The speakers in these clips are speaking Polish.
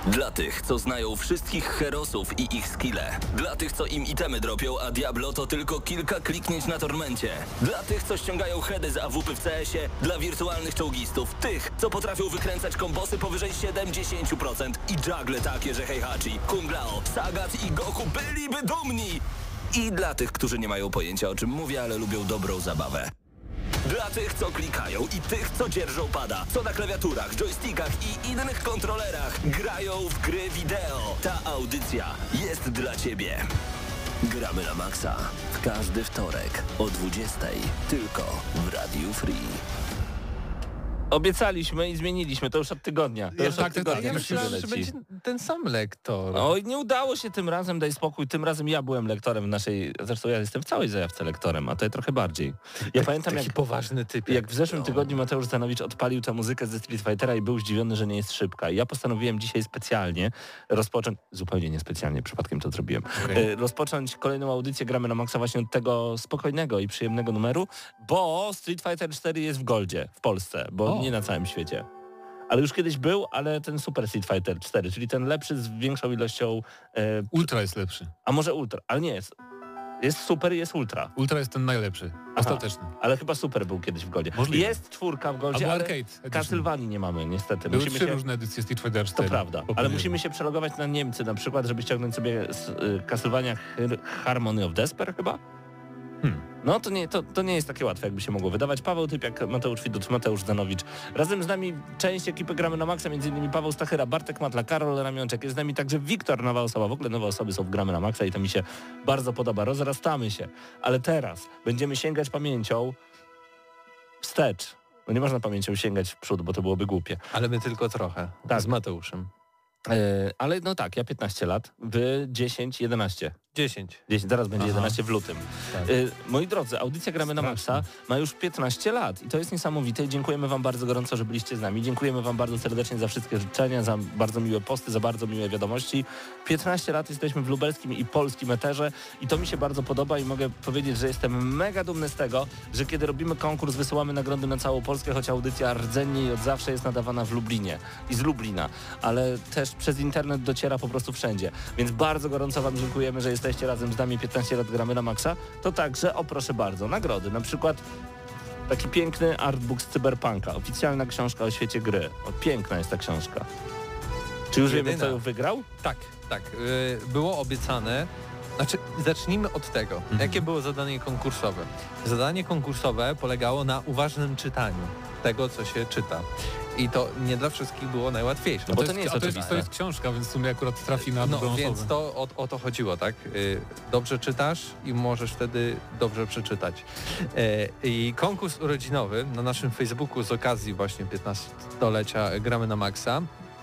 Dla tych, co znają wszystkich herosów i ich skille. Dla tych, co im itemy dropią, a Diablo to tylko kilka kliknięć na tormencie. Dla tych, co ściągają heady z AWP w CS-ie. Dla wirtualnych czołgistów. Tych, co potrafią wykręcać kombosy powyżej 70% i juggle takie, że Heihachi, Kung Lao, Sagat i Goku byliby dumni. I dla tych, którzy nie mają pojęcia, o czym mówię, ale lubią dobrą zabawę. Dla tych, co klikają i tych, co dzierżą pada, co na klawiaturach, joystickach i innych kontrolerach grają w gry wideo. Ta audycja jest dla Ciebie. Gramy na maksa w każdy wtorek o 20:00 tylko w Radiu Free. Obiecaliśmy i zmieniliśmy, to już od tygodnia. To już od tygodnia. Ja myślałem, że będzie ten sam lektor. Oj, nie udało się tym razem, daj spokój. Tym razem ja byłem lektorem w naszej... Zresztą ja jestem w całej zajawce lektorem, a to trochę bardziej. Ja pamiętam, taki poważny typ. Jak w zeszłym tygodniu Mateusz Zanowicz odpalił tę muzykę ze Street Fightera i był zdziwiony, że nie jest szybka. I ja postanowiłem dzisiaj specjalnie rozpocząć... Zupełnie niespecjalnie, przypadkiem to zrobiłem. Rozpocząć kolejną audycję Gramy na Maxa właśnie od tego spokojnego i przyjemnego numeru, bo Street Fighter 4 jest w Goldzie w Polsce, bo nie na całym świecie. Ale już kiedyś był, ale ten Super Street Fighter 4, czyli ten lepszy z większą ilością... Ultra jest lepszy. A może Ultra, ale nie jest. Jest Super i jest Ultra. Ultra jest ten najlepszy, ostateczny. Ale chyba Super był kiedyś w Goldzie. Możliwe. Jest 4 w Goldzie, ale Castlevanii nie mamy niestety. Były 3 różne edycje Street Fighter 4. To prawda, ale musimy się przelogować na Niemcy na przykład, żeby ściągnąć sobie Castlevania Harmony of Despair chyba? No to nie jest takie łatwe, jakby się mogło wydawać. Paweł Typiak, Mateusz Widut, Mateusz Zanowicz. Razem z nami część ekipy Gramy na Maxa, m.in. Paweł Stachyra, Bartek Matla, Karol Ramionczek. Jest z nami także Wiktor, nowa osoba. W ogóle nowe osoby są w Gramy na Maxa i to mi się bardzo podoba. Rozrastamy się. Ale teraz będziemy sięgać pamięcią wstecz. No nie można pamięcią sięgać w przód, bo to byłoby głupie. Ale my tylko trochę. Tak. Z Mateuszem. Ale no tak, ja 15 lat, wy 10, 11. 10. Zaraz będzie 11 w lutym. Tak. Moi drodzy, audycja Gramy na Maxa ma już 15 lat i to jest niesamowite i dziękujemy wam bardzo gorąco, że byliście z nami. Dziękujemy wam bardzo serdecznie za wszystkie życzenia, za bardzo miłe posty, za bardzo miłe wiadomości. 15 lat jesteśmy w lubelskim i polskim eterze i to mi się bardzo podoba i mogę powiedzieć, że jestem mega dumny z tego, że kiedy robimy konkurs, wysyłamy nagrody na całą Polskę, choć audycja rdzennie i od zawsze jest nadawana w Lublinie i z Lublina, ale też przez internet dociera po prostu wszędzie. Więc bardzo gorąco wam dziękujemy, że jesteście razem z nami. 15 lat Gramy na Maxa. To także, o proszę bardzo, nagrody. Na przykład taki piękny artbook z Cyberpunka. Oficjalna książka o świecie gry. Piękna jest ta książka. Czy już wiemy, kto ją wygrał? Tak. Było obiecane. Znaczy, zacznijmy od tego. Jakie było zadanie konkursowe? Zadanie konkursowe polegało na uważnym czytaniu tego, co się czyta. I to nie dla wszystkich było najłatwiejsze. No bo to nie jest oczywiste. To jest książka, więc w sumie akurat trafi na dobrą osobę. Więc to o to chodziło, tak? Dobrze czytasz i możesz wtedy dobrze przeczytać. I konkurs urodzinowy na naszym Facebooku z okazji właśnie 15-lecia Gramy na Maxa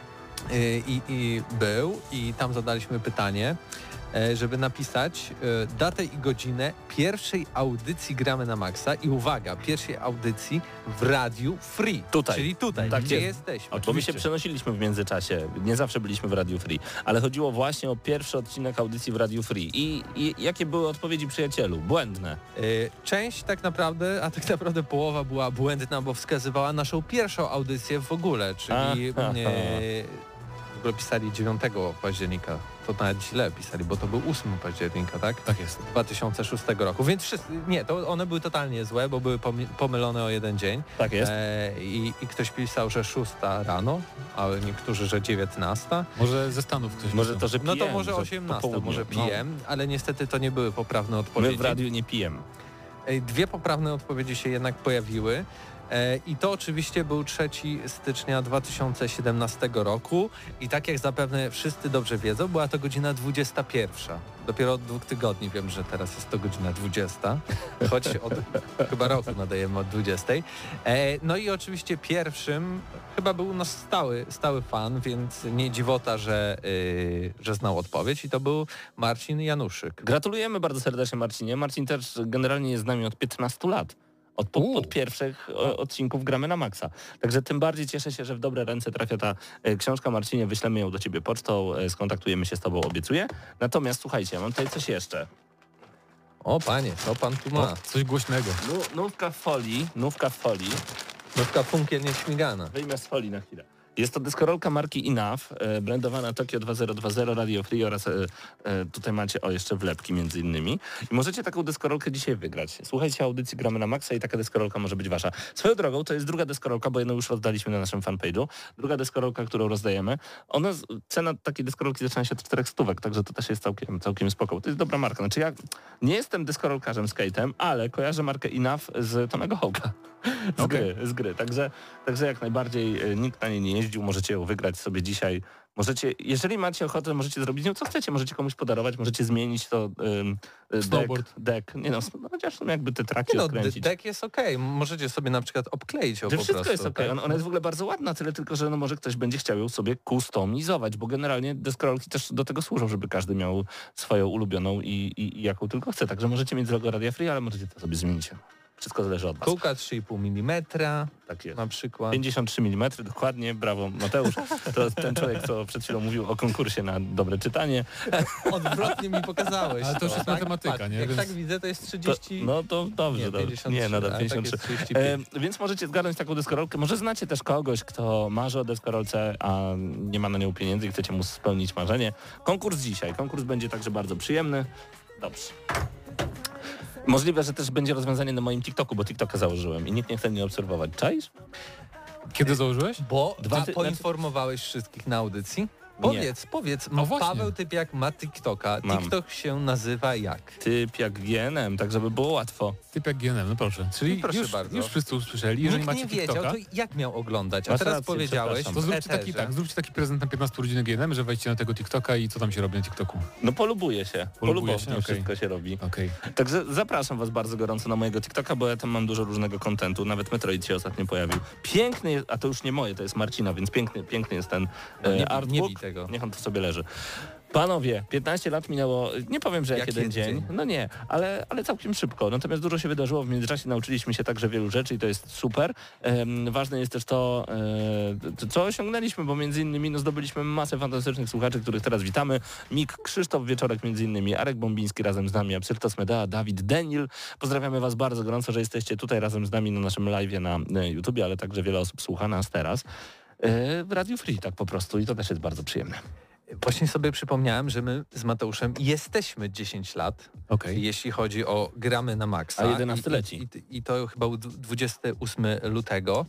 i tam zadaliśmy pytanie, żeby napisać datę i godzinę pierwszej audycji Gramy na Maxa i uwaga, pierwszej audycji w Radiu Free. Tutaj. Czyli tutaj, tak gdzie jest. jesteśmy. Bo my się przenosiliśmy w międzyczasie. Nie zawsze byliśmy w Radiu Free. Ale chodziło właśnie o pierwszy odcinek audycji w Radiu Free. I jakie były odpowiedzi, przyjacielu? Błędne. Część tak naprawdę połowa była błędna, bo wskazywała naszą pierwszą audycję w ogóle, czyli w ogóle pisali 9 października. To nawet źle pisali, bo to był 8 października, tak? Tak jest. 2006 roku. Więc to one były totalnie złe, bo były pomylone o jeden dzień. Tak jest. I ktoś pisał, że 6 rano, a niektórzy, że 19. Może ze Stanów ktoś Może to, że PM, no to może 18, może PM, ale niestety to nie były poprawne odpowiedzi. My w radiu nie pijemy. 2 poprawne odpowiedzi się jednak pojawiły. I to oczywiście był 3 stycznia 2017 roku i tak jak zapewne wszyscy dobrze wiedzą, była to godzina 21. Dopiero od 2 tygodni wiem, że teraz jest to godzina 20, choć od chyba roku nadajemy od 20. No i oczywiście pierwszym chyba był nasz stały fan, więc nie dziwota, że znał odpowiedź i to był Marcin Januszyk. Gratulujemy bardzo serdecznie Marcinie. Marcin też generalnie jest z nami od 15 lat. Od pierwszych odcinków Gramy na Maxa. Także tym bardziej cieszę się, że w dobre ręce trafia ta książka. Marcinie, wyślemy ją do ciebie pocztą, skontaktujemy się z tobą, obiecuję. Natomiast słuchajcie, mam tutaj coś jeszcze. O panie, co pan tu ma? Coś głośnego. Nówka w folii. Nówka funkiel nieśmigana. Wyjmę z folii na chwilę. Jest to deskorolka marki Enough, brandowana Tokyo 2020, Radio Free oraz tutaj macie jeszcze wlepki między innymi. I możecie taką deskorolkę dzisiaj wygrać. Słuchajcie audycji Gramy na Maxa i taka deskorolka może być wasza. Swoją drogą to jest druga deskorolka, bo jedną już rozdaliśmy na naszym fanpage'u. Druga deskorolka, którą rozdajemy. Cena takiej deskorolki zaczyna się od 400, także to też jest całkiem spoko. To jest dobra marka. Znaczy ja nie jestem deskorolkarzem skate'em, ale kojarzę markę Enough z Tommy'ego Hawk'a. Z gry. Także jak najbardziej nikt na niej nie jeździł, możecie ją wygrać sobie dzisiaj. Możecie, jeżeli macie ochotę, możecie zrobić nią co chcecie, możecie komuś podarować, możecie zmienić to deck. Nie no, chociaż jakby te traki odkręcić. Deck jest okej. Możecie sobie na przykład obkleić ją po prostu. Wszystko jest okej. Ona jest w ogóle bardzo ładna, tyle tylko, że może ktoś będzie chciał ją sobie kustomizować, bo generalnie deskorolki też do tego służą, żeby każdy miał swoją ulubioną i jaką tylko chce. Także możecie mieć z logo Radia Free, ale możecie to sobie zmienić. Wszystko zależy od was. Kółka 3,5 mm, tak jest. Na przykład. 53 mm, dokładnie, brawo Mateusz. To jest ten człowiek, co przed chwilą mówił o konkursie na dobre czytanie. Odwrotnie mi pokazałeś. Ale to już jest matematyka, Patrz, nie? Jak więc... tak widzę, to jest 30... No to dobrze. Nie, 53, nie nadal 53. Tak jest 35. Więc możecie zgarnąć taką deskorolkę. Może znacie też kogoś, kto marzy o deskorolce, a nie ma na nią pieniędzy i chcecie mu spełnić marzenie. Konkurs dzisiaj. Konkurs będzie także bardzo przyjemny. Dobrze. Możliwe, że też będzie rozwiązanie na moim TikToku, bo TikToka założyłem i nikt nie chce mnie obserwować. Czaisz? Kiedy założyłeś? Bo poinformowałeś wszystkich na audycji? Powiedz, No właśnie. Paweł Typiak ma TikToka. Mam. TikTok się nazywa jak? Typ jak GNM, tak żeby było łatwo. Typ jak GNM, no proszę. Czyli Proszę bardzo. już wszyscy usłyszeli, jeżeli Nikt macie nie wiedział, TikToka, to jak miał oglądać? A Masz teraz rację, powiedziałeś przepraszam. to w zróbcie taki prezent na 15 urodziny GNM, że wejdźcie na tego TikToka i co tam się robi na TikToku. No polubuje się. Polubuje się? Polubownie Okej. wszystko się robi. Okej. Także zapraszam was bardzo gorąco na mojego TikToka, bo ja tam mam dużo różnego kontentu. Nawet Metroid się ostatnio pojawił. Piękny jest, a to już nie moje, to jest Marcina, więc piękny jest ten artbook. nie bij tego. Niech on to sobie leży. Panowie, 15 lat minęło, nie powiem, że jak jeden dzień. No nie, ale całkiem szybko. Natomiast dużo się wydarzyło, w międzyczasie nauczyliśmy się także wielu rzeczy i to jest super. Ważne jest też to, co osiągnęliśmy, bo między innymi zdobyliśmy masę fantastycznych słuchaczy, których teraz witamy. Mik Krzysztof Wieczorek między innymi, Arek Bombiński razem z nami, Absyrtos Medea, Dawid Denil. Pozdrawiamy was bardzo gorąco, że jesteście tutaj razem z nami na naszym live'ie na YouTubie, ale także wiele osób słucha nas teraz w Radiu Free, tak po prostu i to też jest bardzo przyjemne. Właśnie sobie przypomniałem, że my z Mateuszem jesteśmy 10 lat, jeśli chodzi o Gramy na Maxa. A 11 leci. I to chyba był 28 lutego.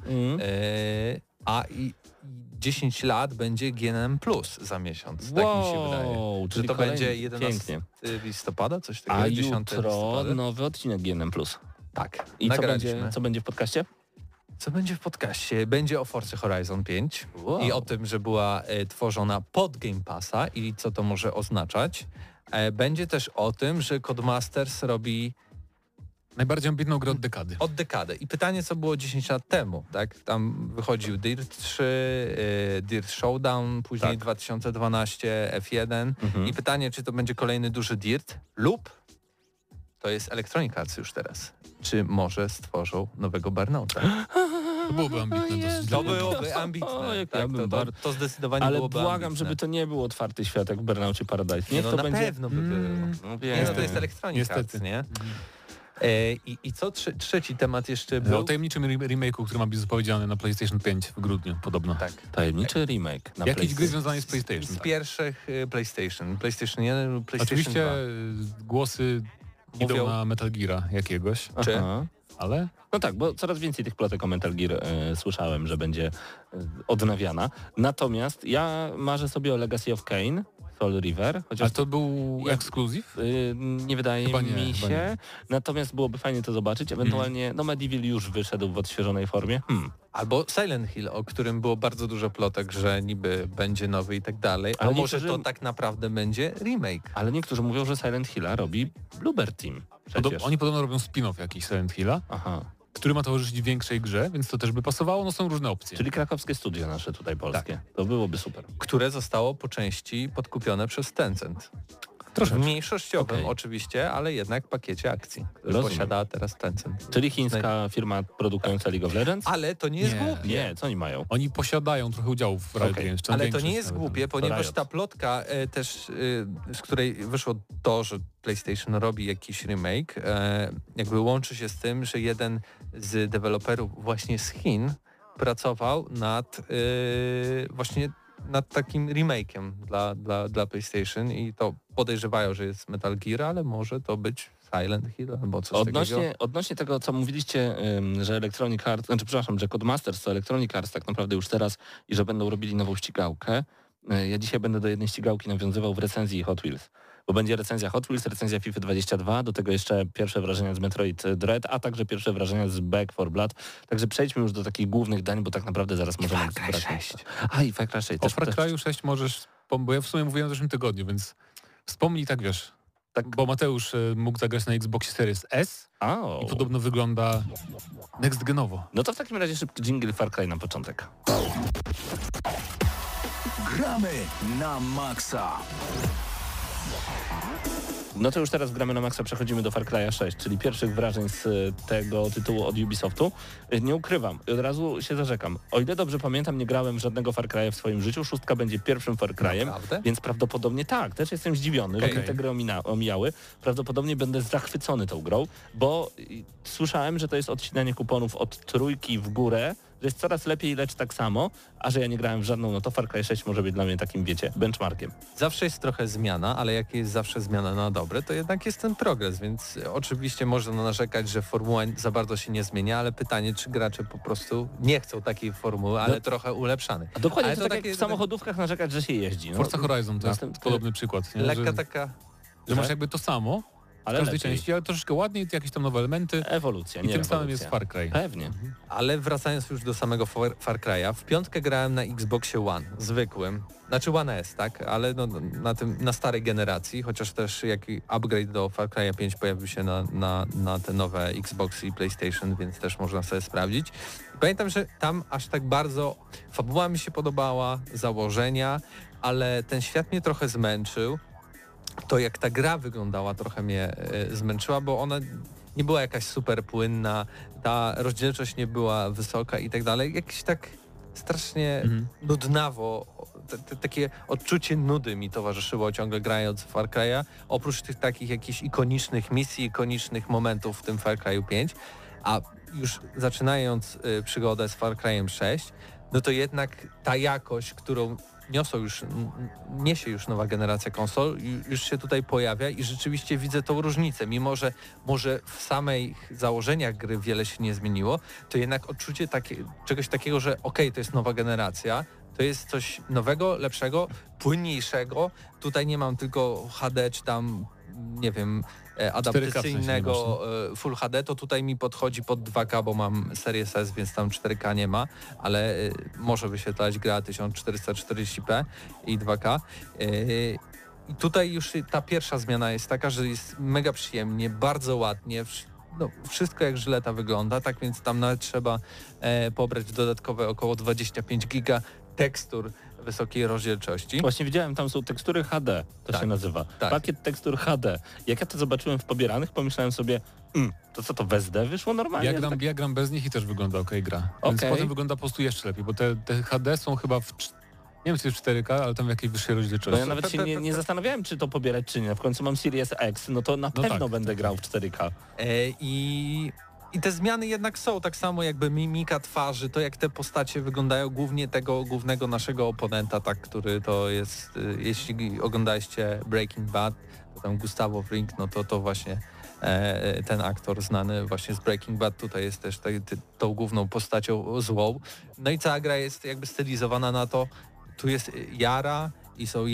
I 10 lat będzie GNM Plus za miesiąc, tak mi się wydaje. Że czyli to będzie 11 pięknie. listopada, coś takiego? A 10 jutro listopada? nowy odcinek GNM Plus. Tak, I nagraliśmy. co będzie w podcaście? Co będzie w podcaście? Będzie o Forza Horizon 5 Wow. i o tym, że była tworzona pod Game Passa i co to może oznaczać. Będzie też o tym, że Codemasters robi Najbardziej ambitną grę od dekady. I pytanie, co było 10 lat temu, tak? Tam wychodził Dirt 3, Dirt Showdown, później Tak. 2012 F1 i pytanie, czy to będzie kolejny duży Dirt lub to jest Electronic Arts już teraz. Czy może stworzą nowego Burnouta? To byłoby ambitne dosyć. To byłoby ambitne. Oj, Tak, ja bym to zdecydowanie Ale byłoby błagam, ambitne. żeby to nie był otwarty świat jak w Burnoutie Paradise. Nie, Niech no to na będzie... pewno by było. No Nie, no to jest wiem. Electronic Niestety. Arts, nie? I co trzeci temat jeszcze O był? tajemniczym remake'u, który ma być zapowiedziany na PlayStation 5 w grudniu podobno. Tak. Tajemniczy remake na Jakieś PlayStation. gry związane z PlayStation. Z Tak. pierwszych PlayStation 1 lub PlayStation Oczywiście 2. głosy idą Mówią- na Metal Geara jakiegoś, Czy? Aha. ale No tak, bo coraz więcej tych plotek o Metal Gear słyszałem, że będzie odnawiana. Natomiast ja marzę sobie o Legacy of Kain, Soul River, chociaż a to był ekskluzyw? nie wydaje Chyba nie, mi chyba się. nie. Natomiast byłoby fajnie to zobaczyć. Ewentualnie, no Medieval już wyszedł w odświeżonej formie. Albo Silent Hill, o którym było bardzo dużo plotek, że niby będzie nowy i tak dalej. A Ale może niektórzy- to tak naprawdę będzie remake? Ale niektórzy mówią, że Silent Hilla robi Bluebird Team. Przecież. Oni podobno robią spin-off jakiś Silent Hilla, Aha. który ma towarzyszyć większej grze, więc to też by pasowało, no są różne opcje. Czyli krakowskie studio nasze tutaj polskie. To byłoby super. Które zostało po części podkupione przez Tencent. Troszeczkę. W mniejszościowym Okej. oczywiście, ale jednak pakiecie akcji, który Rozumiem. posiada teraz Tencent. Czyli chińska firma produkująca League of Legends? Ale to nie jest Nie. głupie. Nie, co oni mają? Oni posiadają trochę udziałów w Riot Okej. Games. czy tam Ale to większość nie jest nawet. głupie, ponieważ Riot. ta plotka też, z której wyszło to, że PlayStation robi jakiś remake, jakby łączy się z tym, że jeden z deweloperów właśnie z Chin pracował nad właśnie nad takim remake'iem dla PlayStation i to podejrzewają, że jest Metal Gear, ale może to być Silent Hill albo coś takiego. Odnośnie tego, co mówiliście, że Electronic Arts, że Codemasters to Electronic Arts tak naprawdę już teraz i że będą robili nową ścigałkę. Ja dzisiaj będę do jednej ścigałki nawiązywał w recenzji Hot Wheels. Bo będzie recenzja Hot Wheels, recenzja FIFA 22, do tego jeszcze pierwsze wrażenia z Metroid Dread, a także pierwsze wrażenia z Back 4 Blood. Także przejdźmy już do takich głównych dań, bo tak naprawdę zaraz możemy zbrać. A i Far Cry 6. O Far Cry'u 6 możesz, bo ja w sumie mówiłem w zeszłym tygodniu, więc wspomnij, tak wiesz. Tak, bo Mateusz mógł zagrać na Xbox Series S i podobno wygląda next genowo. No to w takim razie szybki jingle Far Cry na początek. Gramy na maksa. No to już teraz gramy na maksa, przechodzimy do Far Cry'a 6, czyli pierwszych wrażeń z tego tytułu od Ubisoftu. Nie ukrywam, od razu się zarzekam. O ile dobrze pamiętam, nie grałem żadnego Far Cry'a w swoim życiu. 6 będzie pierwszym Far Cry'em, więc prawdopodobnie tak. Też jestem zdziwiony, że te gry omijały. Prawdopodobnie będę zachwycony tą grą, bo słyszałem, że to jest odcinanie kuponów od 3 w górę, że jest coraz lepiej, lecz tak samo, a że ja nie grałem w żadną, no to Far Cry 6 może być dla mnie takim, wiecie, benchmarkiem. Zawsze jest trochę zmiana, ale jak jest zawsze zmiana na dobre, to jednak jest ten progres, więc oczywiście można narzekać, że formuła za bardzo się nie zmienia, ale pytanie, czy gracze po prostu nie chcą takiej formuły, ale trochę ulepszanej. A dokładnie, ale to tak jak w samochodówkach narzekać, że się jeździ. No. Forza Horizon to jest podobny przykład. Nie? Lekka taka... Że masz jakby to samo, ale w każdej części, ale troszeczkę ładniej, jakieś tam nowe elementy. Ewolucja, i tym samym jest Far Cry. Pewnie. Ale wracając już do samego Far Cry'a, w 5 grałem na Xboxie One, zwykłym. Znaczy One S, tak? Ale no, na starej generacji, chociaż też jaki upgrade do Far Cry'a 5 pojawił się na te nowe Xbox i PlayStation, więc też można sobie sprawdzić. Pamiętam, że tam aż tak bardzo fabuła mi się podobała, założenia, ale ten świat mnie trochę zmęczył. To jak ta gra wyglądała trochę mnie zmęczyła, bo ona nie była jakaś super płynna, ta rozdzielczość nie była wysoka i tak dalej. Jakieś tak strasznie nudnawo, takie odczucie nudy mi towarzyszyło ciągle grając w Far Cry'a, oprócz tych takich jakichś ikonicznych misji, ikonicznych momentów w tym Far Cry'u 5, a już zaczynając przygodę z Far Cry'em 6, no to jednak ta jakość, którą niesie już nowa generacja konsol, już się tutaj pojawia i rzeczywiście widzę tą różnicę. Mimo że może w samych założeniach gry wiele się nie zmieniło, to jednak odczucie czegoś takiego, że okej, to jest nowa generacja, to jest coś nowego, lepszego, płynniejszego. Tutaj nie mam tylko HD czy tam, nie wiem, adaptacyjnego Full HD, to tutaj mi podchodzi pod 2K, bo mam Series S, więc tam 4K nie ma, ale może wyświetlać gra 1440p i 2K. I tutaj już ta pierwsza zmiana jest taka, że jest mega przyjemnie, bardzo ładnie, wszystko jak żyleta wygląda, tak więc tam nawet trzeba pobrać dodatkowe około 25 giga tekstur wysokiej rozdzielczości. Właśnie widziałem, tam są tekstury HD, to się nazywa. Tak. Pakiet tekstur HD. Jak ja to zobaczyłem w pobieranych, pomyślałem sobie, to co, to w SD wyszło normalnie? Ja gram bez nich i też wygląda gra. Więc potem wygląda po prostu jeszcze lepiej, bo te HD są chyba nie wiem, czy jest 4K, ale tam w jakiejś wyższej rozdzielczości. No ja nawet się nie zastanawiałem, czy to pobierać, czy nie. W końcu mam Series X, no to na pewno będę grał w 4K. I te zmiany jednak są, tak samo jakby mimika twarzy, to jak te postacie wyglądają, głównie tego głównego naszego oponenta, tak, który to jest, jeśli oglądaliście Breaking Bad, to tam Gustavo Fring, no to właśnie ten aktor znany właśnie z Breaking Bad tutaj jest też tą główną postacią złą. No i cała gra jest jakby stylizowana na to, tu jest Jara i są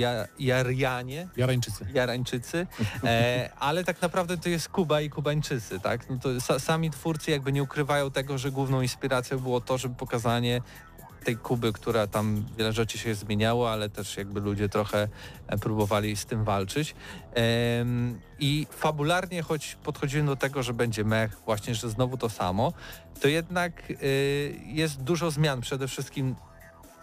Jarańczycy, ale tak naprawdę to jest Kuba i Kubańczycy, tak? No to sami twórcy jakby nie ukrywają tego, że główną inspiracją było to, żeby pokazanie tej Kuby, która tam wiele rzeczy się zmieniało, ale też jakby ludzie trochę próbowali z tym walczyć. I fabularnie, choć podchodziłem do tego, że będzie mech, właśnie, że znowu to samo, to jednak jest dużo zmian, przede wszystkim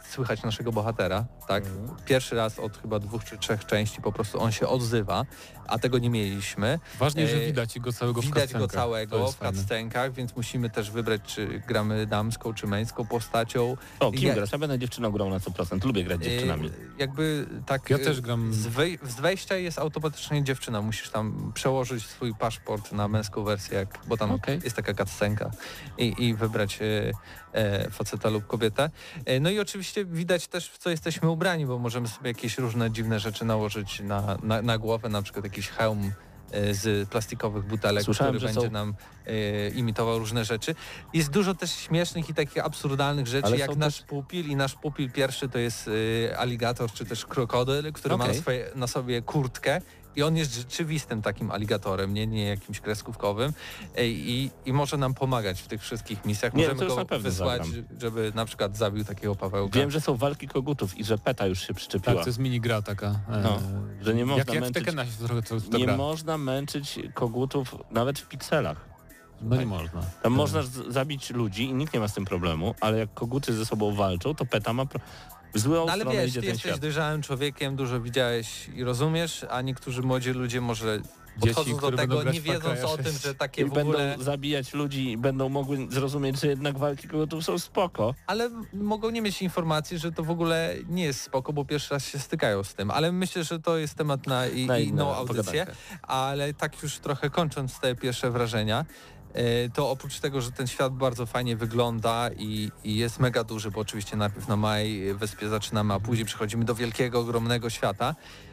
słychać naszego bohatera, tak? Pierwszy raz od chyba 2 czy 3 części po prostu on się odzywa, a tego nie mieliśmy. Ważnie, że widać go całego w cutscenkach, więc musimy też wybrać, czy gramy damską, czy męską postacią. Kim grasz? Ja będę dziewczyną grał na 100%. Lubię grać dziewczynami. Jakby tak... Ja też gram... Z wejścia jest automatycznie dziewczyna. Musisz tam przełożyć swój paszport na męską wersję, bo tam jest taka cutscenka i wybrać faceta lub kobietę. No i oczywiście widać też, w co jesteśmy ubrani, bo możemy sobie jakieś różne dziwne rzeczy nałożyć na głowę, na przykład jakiś hełm z plastikowych butelek, który będzie nam imitował różne rzeczy. Jest dużo też śmiesznych i takich absurdalnych rzeczy, jak nasz pupil i nasz pupil pierwszy to jest aligator czy też krokodyl, który ma na sobie kurtkę i on jest rzeczywistym takim aligatorem, nie jakimś kreskówkowym i może nam pomagać w tych wszystkich misjach. Możemy go wysłać, żeby na przykład zabił takiego Pawełka. Wiem, że są walki kogutów i że PETA już się przyczepiła. Tak, to jest minigra taka. Że nie można męczyć, nie można męczyć kogutów nawet w pikselach. No nie można. Tam można zabić ludzi i nikt nie ma z tym problemu, ale jak koguty ze sobą walczą, to PETA ma ale wiesz, ty jesteś dojrzałym człowiekiem, dużo widziałeś i rozumiesz, a niektórzy młodzi ludzie może podchodzą do tego, nie wiedząc o tym, że takie w ogóle... będą zabijać ludzi i będą mogły zrozumieć, że jednak walki kogutów są spoko. Ale mogą nie mieć informacji, że to w ogóle nie jest spoko, bo pierwszy raz się stykają z tym. Ale myślę, że to jest temat na inną audycję. Ale tak już trochę kończąc te pierwsze wrażenia, to oprócz tego, że ten świat bardzo fajnie wygląda i jest mega duży, bo oczywiście najpierw na małej wyspie zaczynamy, a później przechodzimy do wielkiego, ogromnego świata,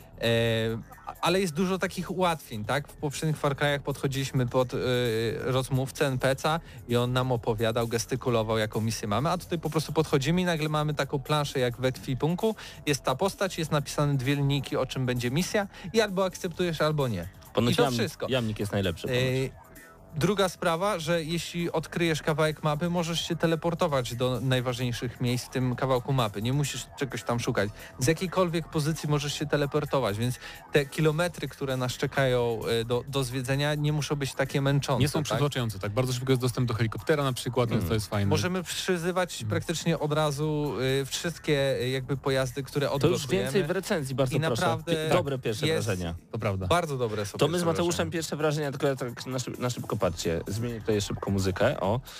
ale jest dużo takich ułatwień, tak? W poprzednich Far Cry'ach podchodziliśmy pod rozmówcę NPC-a i on nam opowiadał, gestykulował, jaką misję mamy, a tutaj po prostu podchodzimy i nagle mamy taką planszę jak w ekwipunku, jest ta postać, jest napisane 2 linijki, o czym będzie misja i albo akceptujesz, albo nie. I to wszystko. Jamnik jest najlepszy. Druga sprawa, że jeśli odkryjesz kawałek mapy, możesz się teleportować do najważniejszych miejsc w tym kawałku mapy. Nie musisz czegoś tam szukać. Z jakiejkolwiek pozycji możesz się teleportować, więc te kilometry, które nas czekają do zwiedzenia, nie muszą być takie męczące. Nie są przytłaczające, tak? Bardzo szybko jest dostęp do helikoptera na przykład, więc to jest fajne. Możemy przyzywać praktycznie od razu wszystkie jakby pojazdy, które odblokujemy. To już więcej w recenzji, bardzo proszę. Naprawdę dobre pierwsze wrażenia. To prawda. Bardzo dobre są. To my z Mateuszem pierwsze wrażenia, tylko ja tak na szybko patrzcie. Zmienię tutaj szybko muzykę,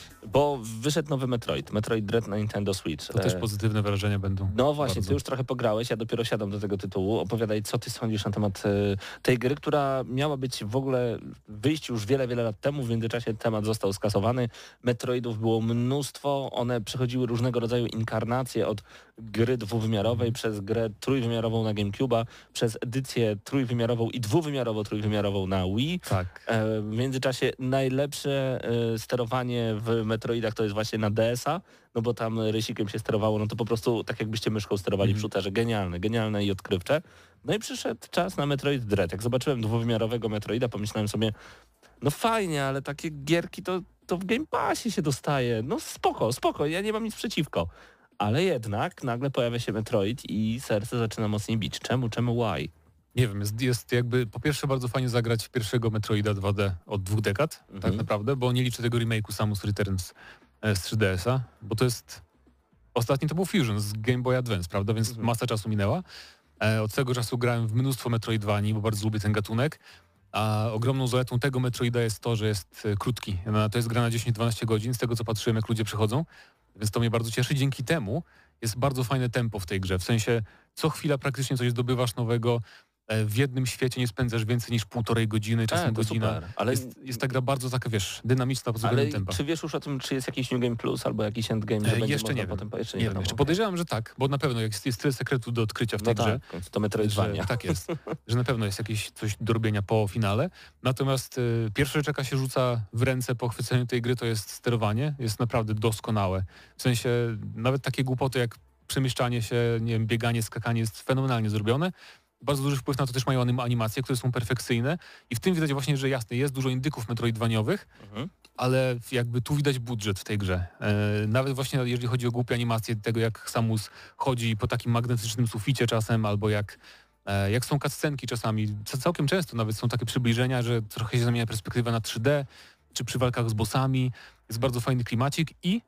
bo wyszedł nowy Metroid Dread na Nintendo Switch. To też pozytywne wrażenia będą. No właśnie, ty już trochę pograłeś, ja dopiero siadam do tego tytułu. Opowiadaj, co ty sądzisz na temat tej gry, która miała być w ogóle wyjść już wiele lat temu, w międzyczasie temat został skasowany. Metroidów było mnóstwo, one przechodziły różnego rodzaju inkarnacje od gry dwuwymiarowej przez grę trójwymiarową na GameCube'a, przez edycję trójwymiarową i dwuwymiarową na Wii. Tak. W międzyczasie najlepsze sterowanie w Metroidach to jest właśnie na DS-a, no bo tam rysikiem się sterowało, no to po prostu tak jakbyście myszką sterowali w shooterze. Genialne i odkrywcze. No i przyszedł czas na Metroid Dread. Jak zobaczyłem dwuwymiarowego Metroida, pomyślałem sobie, no fajnie, ale takie gierki to w Game Passie się dostaje. No spoko, ja nie mam nic przeciwko. Ale jednak nagle pojawia się Metroid i serce zaczyna mocniej bić. Czemu, why? Nie wiem, jest jakby po pierwsze bardzo fajnie zagrać w pierwszego Metroida 2D od 2 dekad, tak naprawdę, bo nie liczę tego remake'u Samus Returns z 3DS-a, bo to jest... Ostatni to był Fusion z Game Boy Advance, prawda, więc masa czasu minęła. Od tego czasu grałem w mnóstwo Metroidvanii, bo bardzo lubię ten gatunek, a ogromną zaletą tego Metroida jest to, że jest krótki. To jest gra na 10-12 godzin, z tego co patrzyłem, jak ludzie przychodzą, więc to mnie bardzo cieszy. Dzięki temu jest bardzo fajne tempo w tej grze, w sensie co chwila praktycznie coś zdobywasz nowego. W jednym świecie nie spędzasz więcej niż 1,5 godziny, czasem godzina. Super. Ale jest ta gra bardzo taka, wiesz, dynamiczna pod względem tempa. Czy wiesz już o tym, czy jest jakiś New Game Plus albo jakiś Endgame, że jeszcze nie wiem. Jeszcze nie wiem. Podejrzewam, że tak, bo na pewno jest tyle sekretów do odkrycia w tej grze. To Metroidvania. Tak jest, że na pewno jest jakieś coś do robienia po finale. Natomiast pierwsza rzecz, jaka się rzuca w ręce po chwyceniu tej gry, to jest sterowanie. Jest naprawdę doskonałe. W sensie nawet takie głupoty jak przemieszczanie się, nie wiem, bieganie, skakanie jest fenomenalnie zrobione. Bardzo duży wpływ na to też mają animacje, które są perfekcyjne i w tym widać właśnie, że jasne, jest dużo indyków metroidwaniowych, ale jakby tu widać budżet w tej grze. Nawet właśnie jeżeli chodzi o głupie animacje tego, jak Samus chodzi po takim magnetycznym suficie czasem, albo jak są cutscenki czasami, całkiem często nawet są takie przybliżenia, że trochę się zamienia perspektywa na 3D, czy przy walkach z bossami. Jest bardzo fajny klimacik i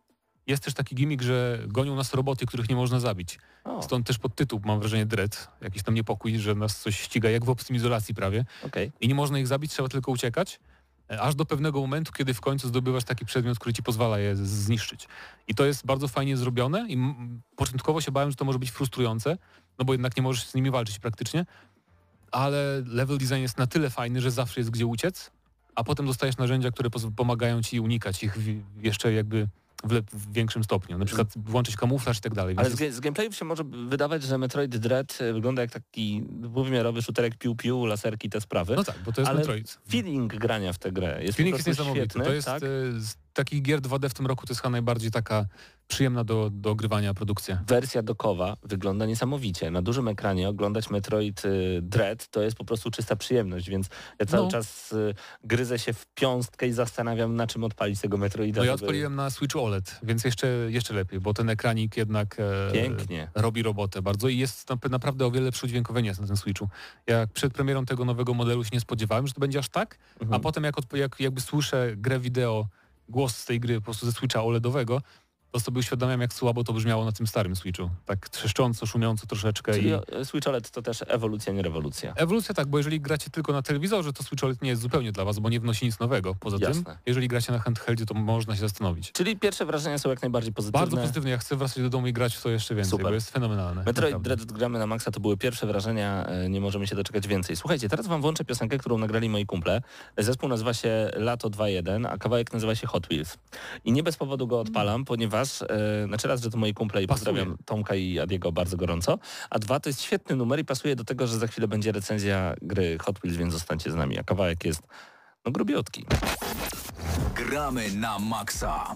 jest też taki gimmick, że gonią nas roboty, których nie można zabić. O, Stąd też podtytuł, mam wrażenie, Dread, jakiś tam niepokój, że nas coś ściga, jak w Obcym Izolacji prawie. okej. I nie można ich zabić, trzeba tylko uciekać, aż do pewnego momentu, kiedy w końcu zdobywasz taki przedmiot, który ci pozwala je zniszczyć. I to jest bardzo fajnie zrobione i początkowo się bałem, że to może być frustrujące, no bo jednak nie możesz z nimi walczyć praktycznie, ale level design jest na tyle fajny, że zawsze jest gdzie uciec, a potem dostajesz narzędzia, które pomagają ci unikać ich jeszcze jakby w większym stopniu. Na przykład włączyć kamuflaż i tak dalej. Ale Więc z gameplayów się może wydawać, że Metroid Dread wygląda jak taki dwuwymiarowy shooterek piu-piu, laserki, te sprawy. no tak, bo to jest ale Metroid. feeling grania w tę grę jest Feeling po jest prostu niesamowity. świetny. To jest tak? z takich gier 2D w tym roku to jest chyba najbardziej taka przyjemna do ogrywania produkcja. Wersja dokowa wygląda niesamowicie. Na dużym ekranie oglądać Metroid Dread to jest po prostu czysta przyjemność, więc ja cały czas gryzę się w piąstkę i zastanawiam, na czym odpalić tego Metroida. No ja żeby- odpaliłem na Switch OLED, więc jeszcze lepiej, bo ten ekranik jednak Pięknie. robi robotę bardzo i jest naprawdę o wiele lepsze udźwiękowienie na tym Switchu. Jak przed premierą tego nowego modelu się nie spodziewałem, że to będzie aż tak, a potem jak jakby słyszę grę wideo, głos z tej gry po prostu ze Switcha OLEDowego, to sobie uświadamiam, jak słabo to brzmiało na tym starym Switchu. Tak trzeszcząco, szumiąco troszeczkę. Czyli I Switch OLED to też ewolucja, nie rewolucja. ewolucja tak, bo jeżeli gracie tylko na telewizorze, to Switch OLED nie jest zupełnie dla was, bo nie wnosi nic nowego. Poza tym, Jasne. jeżeli gracie na handheldzie, to można się zastanowić. Czyli pierwsze wrażenia są jak najbardziej pozytywne. Bardzo pozytywnie, ja chcę wracać do domu i grać w to jeszcze więcej, Super. bo jest fenomenalne. Metroid naprawdę. Dread gramy na maksa, to były pierwsze wrażenia, nie możemy się doczekać więcej. Słuchajcie, teraz wam włączę piosenkę, którą nagrali moi kumple. Zespół nazywa się Lato 2.1, a kawałek nazywa się Hot Wheels. I nie bez powodu go odpalam, ponieważ znaczy raz, że to moi kumple i Pasuje. pozdrawiam Tomka i Adiego bardzo gorąco, a dwa, to jest świetny numer i pasuje do tego, że za chwilę będzie recenzja gry Hot Wheels, więc zostańcie z nami, a kawałek jest no grubiutki. Gramy na maksa.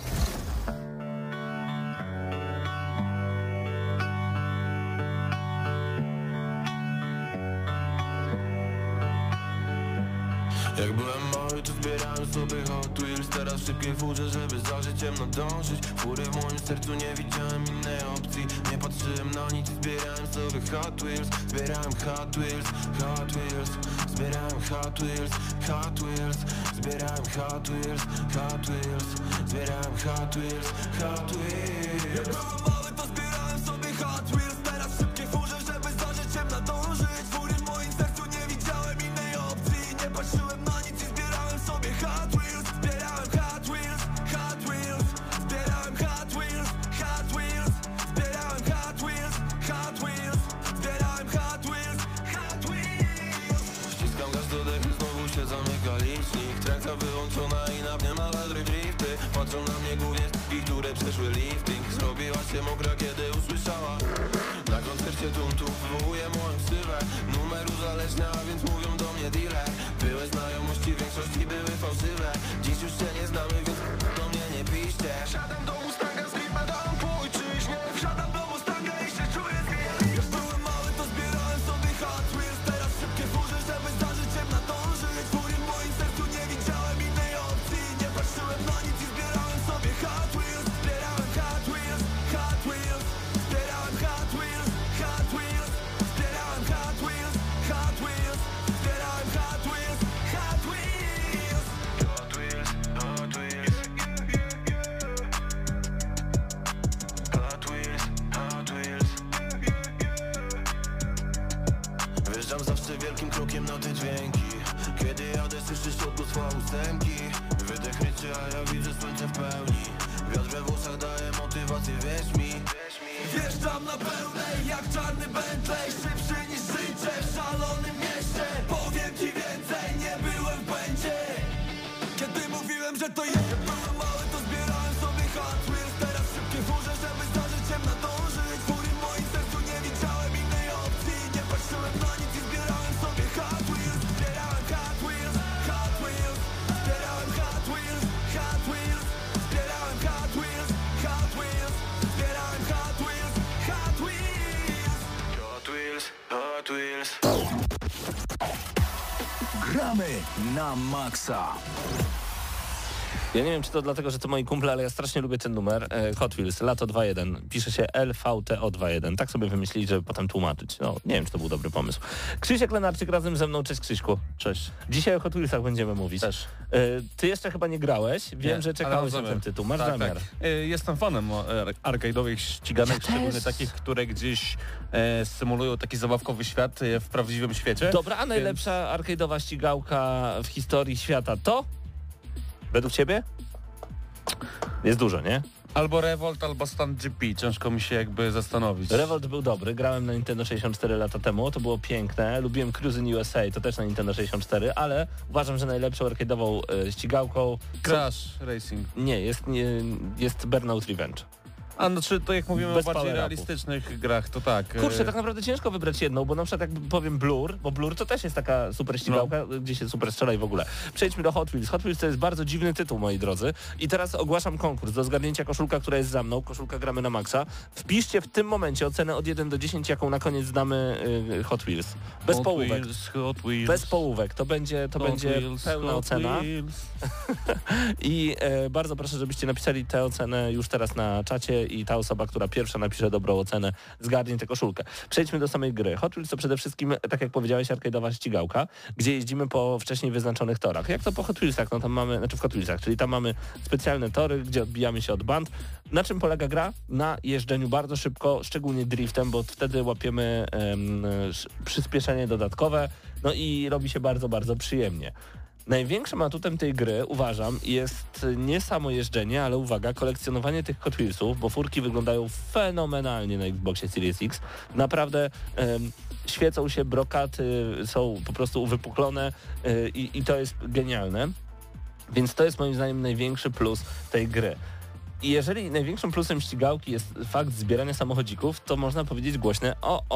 Jak byłem mały, to zbierałem sobie Hot Wheels. Teraz w szybkiej furze, żeby za życiem nadążyć. Fury w moim sercu, nie widziałem innej opcji. Nie patrzyłem na nic i zbierałem sobie Hot Wheels. Zbierałem Hot Wheels, Hot Wheels. Zbierałem Hot Wheels, Hot Wheels. Zbierałem Hot Wheels, Hot Wheels. Zbierałem Hot Wheels, Hot Wheels. Jak byłem mały, to zbierałem sobie Hot Wheels. Teraz w szybkiej furze, żeby za życiem nadążyć. Fury w moim sercu, nie widziałem innej opcji. Nie patrzyłem na nic i zbierałem sobie Hot Wheels. Zbierałem Hot Wheels, Hot Wheels. Zbierałem Hot Wheels, Hot Wheels. Zbierałem Hot Wheels, Hot Wheels. Zbierałem Hot Wheels, Hot Wheels. Ściskam gaz do dechy, znowu się zamyka licznik. Trakcja wyłączona i na mnie małe drifty. Patrzą na mnie głównie i które przeszły lifting. Zrobiła się mokra, kiedy usłyszała. Na koncercie tuntów wywołuje moją ksywę. Numer uzależnia, więc mówią do mnie dealer. Były znajomości, w większości były fałszywe. Dziś już się nie znamy, więc do mnie nie piszcie. Wsiadam do Mustanga z gripadam po ojczyźnie. Wsiadam do Mustanga i się czuję zwijany. Jak byłem mały, to zbierałem sobie Hot Wheels. Teraz szybkie furze, żeby za życiem nadążyć. Fury w moim sercu, nie widziałem innej opcji. Nie patrzyłem na nic i zbierałem sobie Hot Wheels. Zbierałem Hot Wheels, Hot Wheels. Zbierałem Hot Wheels, Hot Wheels. Zbierałem Hot Wheels, Hot Wheels. Zbierałem Hot Wheels, Hot Wheels. Hot Wheels, Hot Wheels. Hot Wheels, Hot Wheels. Wjeżdżam zawsze wielkim krokiem na te dźwięki. Kiedy jadę, słyszysz odgłos V8. Wydech ryczy, a ja widzę słońce w pełni. Wiatr we włosach daje motywację, wierz mi. Wjeżdżam na pełnej jak czarny Bentley. Szybszy niż życie w szalonym mieście. Powiem ci więcej, nie byłem w błędzie. Kiedy mówiłem, że to jest. Jak byłem mały, to zbierałem sobie Hot Wheels. Teraz szybkie furze, żeby za życiem nadążyć. Fury w moim sercu, nie widziałem innej opcji. Nie patrzyłem na nic i zbierałem sobie Hot Wheels. Zbierałem Hot Wheels, Hot Wheels. Zbierałem Hot Wheels, Hot Wheels. Zbierałem Hot Wheels, Hot Wheels. Zbierałem Hot Wheels, Hot Wheels. Hot Wheels, Hot Wheels. Gramy na maksa. Ja nie wiem, czy to dlatego, że to moi kumple, ale ja strasznie lubię ten numer. Hot Wheels, lato 2.1. Pisze się LVTO 2.1. Tak sobie wymyślili, żeby potem tłumaczyć. No, nie wiem, czy to był dobry pomysł. Krzysiek Lenarczyk razem ze mną. Cześć, Krzyśku. Cześć. Dzisiaj o Hot Wheelsach będziemy mówić. Też. Ty jeszcze chyba nie grałeś. Wiem, Nie, że czekałeś ale na ten tytuł. Masz tak, zamiar. tak. Jestem fanem arcade'owych ściganek, Ja szczególnie też. takich, które gdzieś symulują taki zabawkowy świat w prawdziwym świecie. Dobra, a najlepsza arcade'owa ścigałka w historii świata to? Według ciebie? Jest dużo, nie? Albo Revolt, albo Stunt GP. Ciężko mi się jakby zastanowić. Revolt był dobry, grałem na Nintendo 64 lata temu, to było piękne. Lubiłem Cruis'n USA, to też na Nintendo 64, ale uważam, że najlepszą arcade'ową ścigałką... Crash Racing. Nie, jest Burnout Revenge. A no czy to jak mówimy Bez o bardziej power-upów. realistycznych grach, to tak. Kurczę, tak naprawdę ciężko wybrać jedną, bo na przykład jak powiem Blur, bo Blur to też jest taka super ścigałka, gdzie się super strzela i w ogóle. Przejdźmy do Hot Wheels. Hot Wheels to jest bardzo dziwny tytuł, moi drodzy. I teraz ogłaszam konkurs do zgarnięcia koszulka, która jest za mną. Koszulka Gramy na Maxa. Wpiszcie w tym momencie ocenę od 1 do 10, jaką na koniec damy Hot Wheels. Bez Hot połówek. Wheels, Hot Wheels. Bez połówek. To będzie Wheels, pełna Hot ocena. Wheels. I bardzo proszę, żebyście napisali tę ocenę już teraz na czacie i ta osoba, która pierwsza napisze dobrą ocenę, zgarnie tę koszulkę. Przejdźmy do samej gry. Hot Wheels to przede wszystkim, tak jak powiedziałeś, arcade'owa ścigałka, gdzie jeździmy po wcześniej wyznaczonych torach. Jak to po Hot Wheelsach? No tam mamy, znaczy w Hot Wheelsach, czyli tam mamy specjalne tory, gdzie odbijamy się od band. Na czym polega gra? Na jeżdżeniu bardzo szybko, szczególnie driftem, bo wtedy łapiemy przyspieszenie dodatkowe, no i robi się bardzo, bardzo przyjemnie. Największym atutem tej gry, uważam, jest nie samo jeżdżenie, ale uwaga, kolekcjonowanie tych Hot Wheelsów, bo furki wyglądają fenomenalnie na Xboxie Series X. Naprawdę świecą się, brokaty są po prostu uwypuklone i to jest genialne. Więc to jest moim zdaniem największy plus tej gry. I jeżeli największym plusem ścigałki jest fakt zbierania samochodzików, to można powiedzieć głośne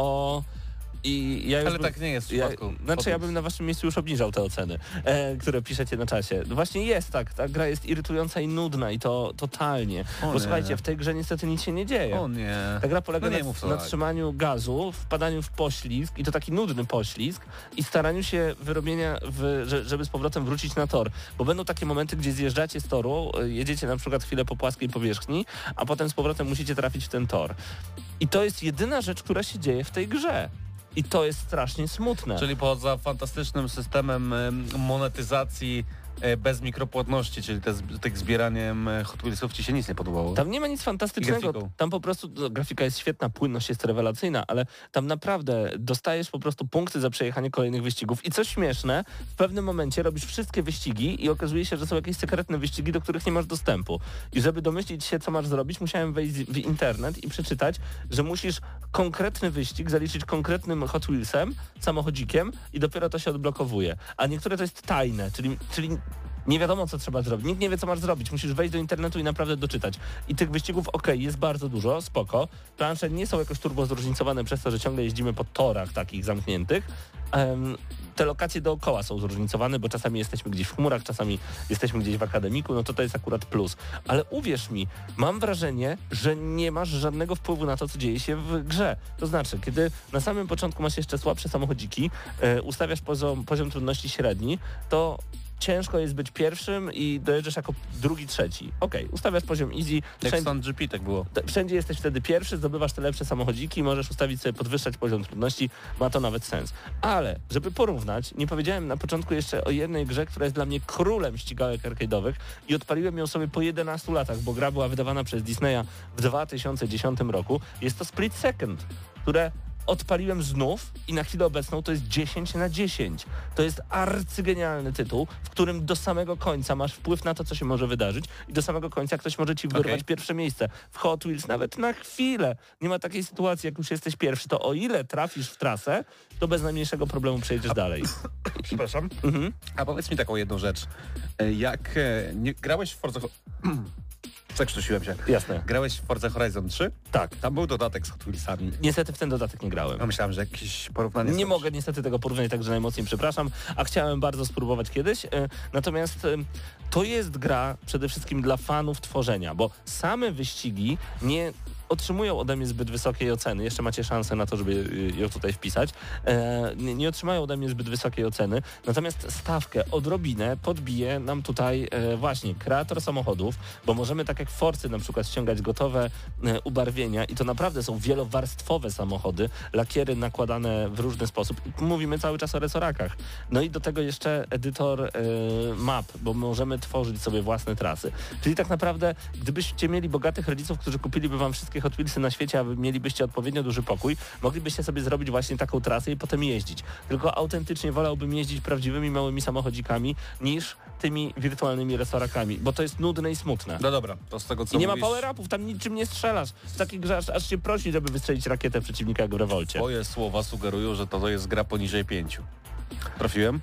I ja już Ale tak nie jest w przypadku. ja bym na waszym miejscu już obniżał te oceny, które piszecie na czasie. Właśnie jest tak, ta gra jest irytująca i nudna i to totalnie. Bo słuchajcie, w tej grze niestety nic się nie dzieje. O nie. Ta gra polega na tak. trzymaniu gazu, wpadaniu w poślizg i to taki nudny poślizg i staraniu się wyrobienia, żeby z powrotem wrócić na tor. Bo będą takie momenty, gdzie zjeżdżacie z toru, jedziecie na przykład chwilę po płaskiej powierzchni, a potem z powrotem musicie trafić w ten tor. I to jest jedyna rzecz, która się dzieje w tej grze. I to jest strasznie smutne. Czyli poza fantastycznym systemem monetyzacji bez mikropłatności, czyli tych zbieraniem Hot Wheelsów ci się nic nie podobało. Tam nie ma nic fantastycznego. Grafiką. Tam po prostu grafika jest świetna, płynność jest rewelacyjna, ale tam naprawdę dostajesz po prostu punkty za przejechanie kolejnych wyścigów. I co śmieszne, w pewnym momencie robisz wszystkie wyścigi i okazuje się, że są jakieś sekretne wyścigi, do których nie masz dostępu. I żeby domyślić się, co masz zrobić, musiałem wejść w internet i przeczytać, że musisz konkretny wyścig zaliczyć konkretnym Hot Wheelsem, samochodzikiem i dopiero to się odblokowuje. A niektóre to jest tajne, czyli nie wiadomo, co trzeba zrobić. Nikt nie wie, co masz zrobić. Musisz wejść do internetu i naprawdę doczytać. I tych wyścigów, jest bardzo dużo, spoko. Plansze nie są jakoś turbo zróżnicowane przez to, że ciągle jeździmy po torach takich zamkniętych. Te lokacje dookoła są zróżnicowane, bo czasami jesteśmy gdzieś w chmurach, czasami jesteśmy gdzieś w akademiku, no to jest akurat plus. Ale uwierz mi, mam wrażenie, że nie masz żadnego wpływu na to, co dzieje się w grze. To znaczy, kiedy na samym początku masz jeszcze słabsze samochodziki, ustawiasz poziom trudności średni, to ciężko jest być pierwszym i dojeżdżasz jako drugi, trzeci. Ustawiasz poziom easy. Jak Stunt GP tak było. Wszędzie jesteś wtedy pierwszy, zdobywasz te lepsze samochodziki, możesz ustawić sobie, podwyższać poziom trudności, ma to nawet sens. Ale, żeby porównać, nie powiedziałem na początku jeszcze o jednej grze, która jest dla mnie królem ścigałek arcade'owych i odpaliłem ją sobie po 11 latach, bo gra była wydawana przez Disneya w 2010 roku. Jest to Split Second, które odpaliłem znów i na chwilę obecną to jest 10/10. To jest arcygenialny tytuł, w którym do samego końca masz wpływ na to, co się może wydarzyć i do samego końca ktoś może ci wyrwać pierwsze miejsce. W Hot Wheels nawet na chwilę nie ma takiej sytuacji, jak już jesteś pierwszy, to o ile trafisz w trasę, to bez najmniejszego problemu przejdziesz dalej. Przepraszam. A powiedz mi taką jedną rzecz. Jak nie grałeś w Forza... Zakrztusiłem się. Jasne. Grałeś w Forza Horizon 3? Tak. Tam był dodatek z Hot Wheelsami. Niestety w ten dodatek nie grałem. Ja myślałem, że jakieś porównanie... Nie mogę niestety tego porównać, także najmocniej przepraszam, a chciałem bardzo spróbować kiedyś. Natomiast to jest gra przede wszystkim dla fanów tworzenia, bo same wyścigi otrzymują ode mnie zbyt wysokiej oceny. Jeszcze macie szansę na to, żeby ją tutaj wpisać. Nie otrzymają ode mnie zbyt wysokiej oceny. Natomiast stawkę odrobinę podbije nam tutaj właśnie kreator samochodów, bo możemy tak jak w Forcy na przykład ściągać gotowe ubarwienia i to naprawdę są wielowarstwowe samochody, lakiery nakładane w różny sposób. Mówimy cały czas o resorakach. No i do tego jeszcze edytor map, bo możemy tworzyć sobie własne trasy. Czyli tak naprawdę, gdybyście mieli bogatych rodziców, którzy kupiliby wam wszystkie Hot Wheelsy na świecie, a wy mielibyście odpowiednio duży pokój, moglibyście sobie zrobić właśnie taką trasę i potem jeździć. Tylko autentycznie wolałbym jeździć prawdziwymi małymi samochodzikami niż tymi wirtualnymi resorakami, bo to jest nudne i smutne. No dobra, to z tego co I nie mówisz, ma power-upów, tam niczym nie strzelasz. W takiej grze aż się prosi, żeby wystrzelić rakietę przeciwnika jak w rewolcie. twoje słowa sugerują, że to jest gra poniżej 5. Trafiłem?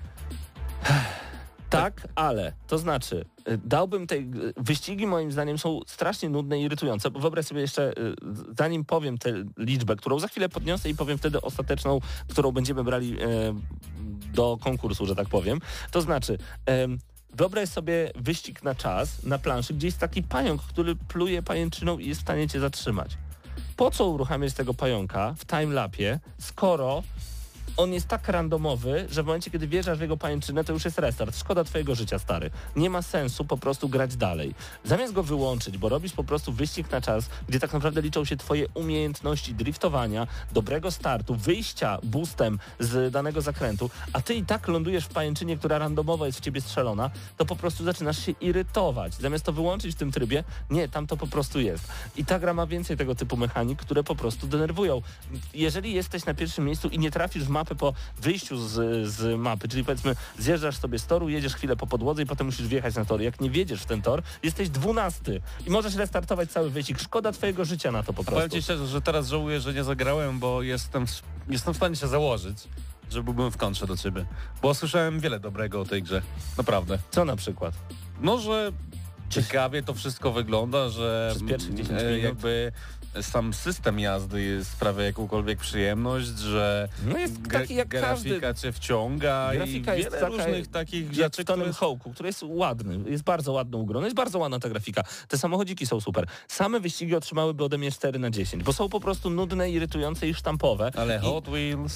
Tak, ale to znaczy dałbym wyścigi moim zdaniem są strasznie nudne i irytujące, bo wyobraź sobie jeszcze, zanim powiem tę liczbę, którą za chwilę podniosę i powiem wtedy ostateczną, którą będziemy brali do konkursu, że tak powiem, to znaczy wyobraź sobie wyścig na czas, na planszy, gdzie jest taki pająk, który pluje pajęczyną i jest w stanie cię zatrzymać. Po co uruchamiać tego pająka w timelapie, skoro on jest tak randomowy, że w momencie, kiedy wjeżdżasz w jego pajęczynę, to już jest restart. Szkoda twojego życia, stary. Nie ma sensu po prostu grać dalej. Zamiast go wyłączyć, bo robisz po prostu wyścig na czas, gdzie tak naprawdę liczą się twoje umiejętności driftowania, dobrego startu, wyjścia boostem z danego zakrętu, a ty i tak lądujesz w pajęczynie, która randomowo jest w ciebie strzelona, to po prostu zaczynasz się irytować. Zamiast to wyłączyć w tym trybie, nie, tam to po prostu jest. I ta gra ma więcej tego typu mechanik, które po prostu denerwują. Jeżeli jesteś na pierwszym miejscu i nie trafisz w mapę po wyjściu z mapy, czyli powiedzmy zjeżdżasz sobie z toru, jedziesz chwilę po podłodze i potem musisz wjechać na tor. Jak nie wjedziesz w ten tor, jesteś 12 i możesz restartować cały wyścig. Szkoda twojego życia na to po prostu. Powiem ci szczerze, że teraz żałuję, że nie zagrałem, bo jestem w stanie się założyć, że byłbym w kontrze do ciebie. Bo słyszałem wiele dobrego o tej grze. Naprawdę. Co na przykład? No, że ciekawie to wszystko wygląda, że Przez pierwszych 10 minut. jakby sam system jazdy sprawia jakąkolwiek przyjemność, że No jest taki jak grafika każdy. cię wciąga Grafika i jest wiele taka różnych takich jak rzeczy, w Tonym które... Hawku, który jest ładny, jest bardzo ładną ugrą, jest bardzo ładna ta grafika. Te samochodziki są super. Same wyścigi otrzymałyby ode mnie 4/10, bo są po prostu nudne, irytujące i sztampowe. Ale I Hot Wheels...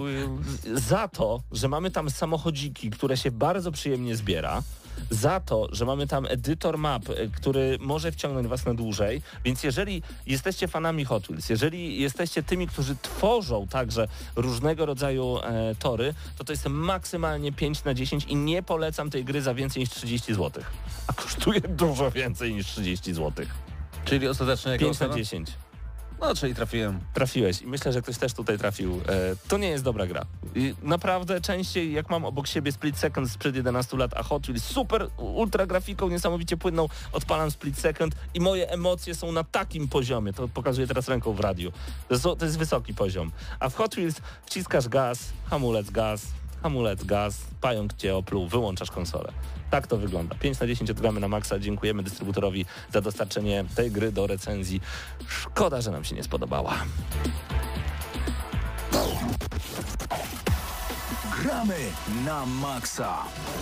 za to, że mamy tam samochodziki, które się bardzo przyjemnie zbiera, za to, że mamy tam edytor map, który może wciągnąć was na dłużej, więc jeżeli jesteście fanami Hot Wheels, jeżeli jesteście tymi, którzy tworzą także różnego rodzaju tory, to jest maksymalnie 5/10 i nie polecam tej gry za więcej niż 30 zł. A kosztuje dużo więcej niż 30 zł. Czyli ostatecznie jaka ocena? 5/10. No, czyli trafiłem. Trafiłeś i myślę, że ktoś też tutaj trafił. To nie jest dobra gra. I naprawdę częściej jak mam obok siebie Split Second sprzed 11 lat, a Hot Wheels super, ultra grafiką, niesamowicie płynną, odpalam Split Second i moje emocje są na takim poziomie. To pokazuję teraz ręką w radiu. To jest wysoki poziom. A w Hot Wheels wciskasz gaz, hamulec, gaz, pająk cię opluł, wyłączasz konsolę. Tak to wygląda. 5/10 odgramy na maksa. Dziękujemy dystrybuutorowi za dostarczenie tej gry do recenzji. Szkoda, że nam się nie spodobała. Gramy na maksa.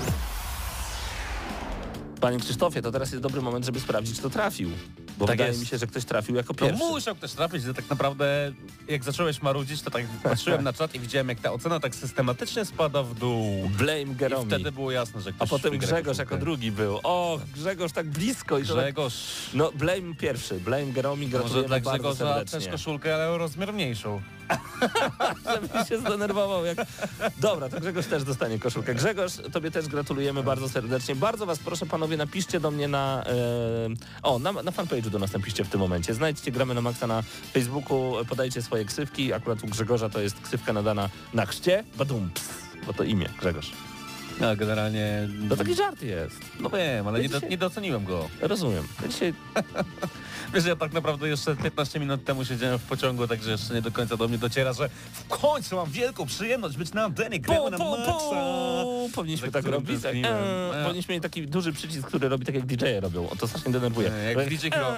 Panie Krzysztofie, to teraz jest dobry moment, żeby sprawdzić, kto trafił. Bo Tak wydaje jest. mi się, że ktoś trafił jako No pierwszy. musiał ktoś trafić, że tak naprawdę jak zacząłeś marudzić, to tak patrzyłem na czat i widziałem, jak ta ocena tak systematycznie spada w dół. Blame I Geromi. wtedy było jasne, że A ktoś potem wygra Grzegorz koszulkę. jako drugi był. O, Grzegorz tak blisko. I to tak... Grzegorz. No, Blame pierwszy. Blame Geromi, Może gratulujemy dla bardzo Grzegorza serdecznie. też koszulkę, ale o rozmiar mniejszą. Żeby się zdenerwował. Dobra, to Grzegorz też dostanie koszulkę. Grzegorz, tobie też gratulujemy bardzo serdecznie. Bardzo was proszę, panowie, napiszcie do mnie na fanpage'u do nas napiszcie w tym momencie. Znajdźcie Gramy na Maxa na Facebooku, podajcie swoje ksywki. Akurat u Grzegorza to jest ksywka nadana na chrzcie. Badum, bo to imię, Grzegorz. No generalnie... To taki żart jest. No wiem, ale Ja dzisiaj- nie doceniłem go. Rozumiem. Ja dzisiaj Wiesz, ja tak naprawdę jeszcze 15 minut temu siedziałem w pociągu, także jeszcze nie do końca do mnie dociera, że w końcu mam wielką przyjemność być na antenie Gramy na Maxa. Powinniśmy Za tak którym robić. tęskniłem. Powinniśmy mieć taki duży przycisk, który robi tak jak DJ-e robią. O, to strasznie denerwuje. Jak DJ Hero.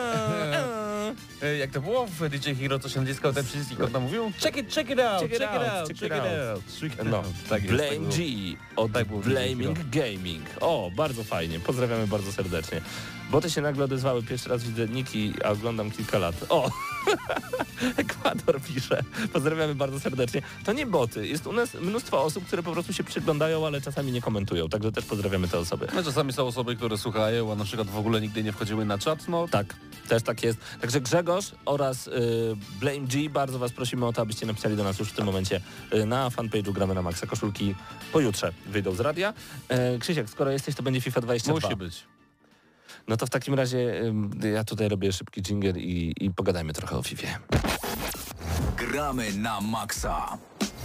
Jak to było w DJ Hero, co się naciskał ten przycisk i kto tam mówił? Check it out, Check it out. check it No, out. Tak jest, tak Blame było. G od Tak było w DJ Blaming Gaming. O, bardzo fajnie. Pozdrawiamy bardzo serdecznie. Boty się nagle odezwały. Pierwszy raz widzę niki, a oglądam kilka lat. O! Ekwador pisze. Pozdrawiamy bardzo serdecznie. To nie boty. Jest u nas mnóstwo osób, które po prostu się przyglądają, ale czasami nie komentują. Także też pozdrawiamy te osoby. No, czasami są osoby, które słuchają, a na przykład w ogóle nigdy nie wchodziły na czat. No Tak, też tak jest. Także Grzegorz oraz Blame G, bardzo was prosimy o to, abyście napisali do nas już w tym momencie na fanpage'u Gramy na Maxa. Koszulki pojutrze wyjdą z radia. Krzysiek, skoro jesteś, to będzie FIFA 22. musi być. No to w takim razie ja tutaj robię szybki dżingiel i pogadajmy trochę o FIFA. Gramy na maksa.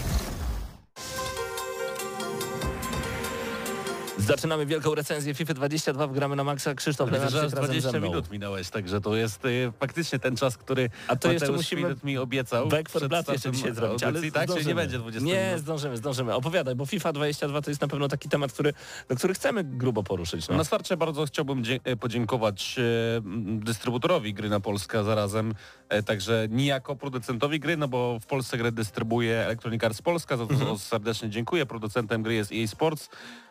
Zaczynamy wielką recenzję FIFA 22 w Gramy na Maxa. Krzysztof Widzę, Lenarczyk że razem 20 ze mną. minut minąłeś, także to jest faktycznie ten czas, który A to jeszcze Mateusz musimy Schmidt mi obiecał. Back for przed Blood startem jeszcze dzisiaj zrobić, ale audycji. Tak, czyli nie będzie 20 Nie, minut. zdążymy. Opowiadaj, bo FIFA 22 to jest na pewno taki temat, który chcemy grubo poruszyć. No. Na starcie bardzo chciałbym podziękować dystrybutorowi Gry na Polskę, a zarazem także niejako producentowi gry, no bo w Polsce grę dystrybuuje Electronic Arts Polska, za to serdecznie dziękuję. Producentem gry jest EA Sports,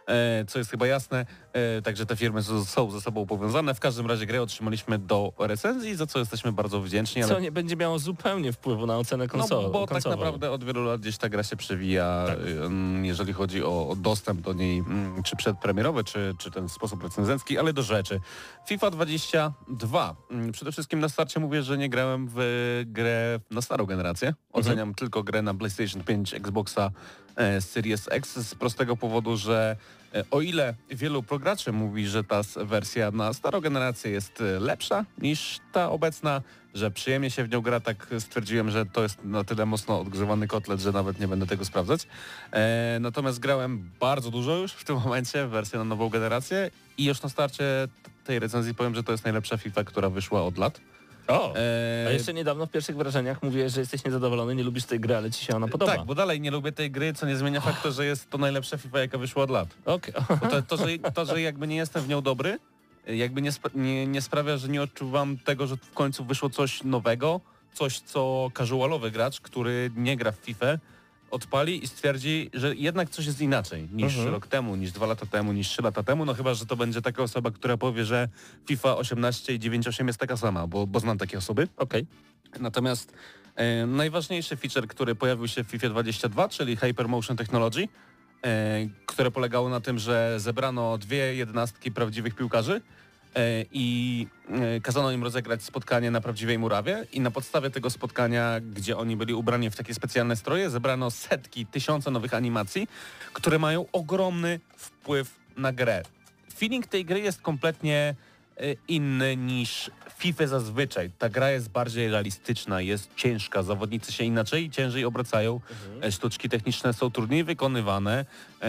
co jest chyba jasne, także te firmy są ze sobą powiązane. W każdym razie grę otrzymaliśmy do recenzji, za co jesteśmy bardzo wdzięczni. Ale... Co nie będzie miało zupełnie wpływu na ocenę konsoli. No bo tak naprawdę od wielu lat gdzieś ta gra się przewija, Tak. jeżeli chodzi o dostęp do niej, czy przedpremierowy, czy ten sposób recenzencki, ale do rzeczy. FIFA 22. Przede wszystkim na starcie mówię, że nie grałem w grę na starą generację. Oceniam tylko grę na PlayStation 5, Xboxa Series X z prostego powodu, że o ile wielu prograczy mówi, że ta wersja na starą generację jest lepsza niż ta obecna, że przyjemnie się w nią gra, tak stwierdziłem, że to jest na tyle mocno odgrzewany kotlet, że nawet nie będę tego sprawdzać. Natomiast grałem bardzo dużo już w tym momencie w wersję na nową generację i już na starcie tej recenzji powiem, że to jest najlepsza FIFA, która wyszła od lat. O! A jeszcze niedawno w pierwszych wrażeniach mówiłeś, że jesteś niezadowolony, nie lubisz tej gry, ale ci się ona podoba. Tak, bo dalej nie lubię tej gry, co nie zmienia faktu, że jest to najlepsza FIFA, jaka wyszła od lat. Okay. Bo to, że jakby nie jestem w nią dobry, jakby nie sprawia, że nie odczuwam tego, że w końcu wyszło coś nowego, coś, co casualowy gracz, który nie gra w FIFA, odpali i stwierdzi, że jednak coś jest inaczej niż rok temu, niż 2 lata temu, niż 3 lata temu, no chyba, że to będzie taka osoba, która powie, że FIFA 18 i 9.8 jest taka sama, bo znam takie osoby. Okej. Natomiast najważniejszy feature, który pojawił się w FIFA 22, czyli Hypermotion Technology, które polegało na tym, że zebrano 2 jedenastki prawdziwych piłkarzy i kazano im rozegrać spotkanie na prawdziwej murawie i na podstawie tego spotkania, gdzie oni byli ubrani w takie specjalne stroje, zebrano setki, tysiące nowych animacji, które mają ogromny wpływ na grę. Feeling tej gry jest kompletnie inny niż FIFA zazwyczaj. Ta gra jest bardziej realistyczna, jest ciężka, zawodnicy się inaczej i ciężej obracają, sztuczki techniczne są trudniej wykonywane,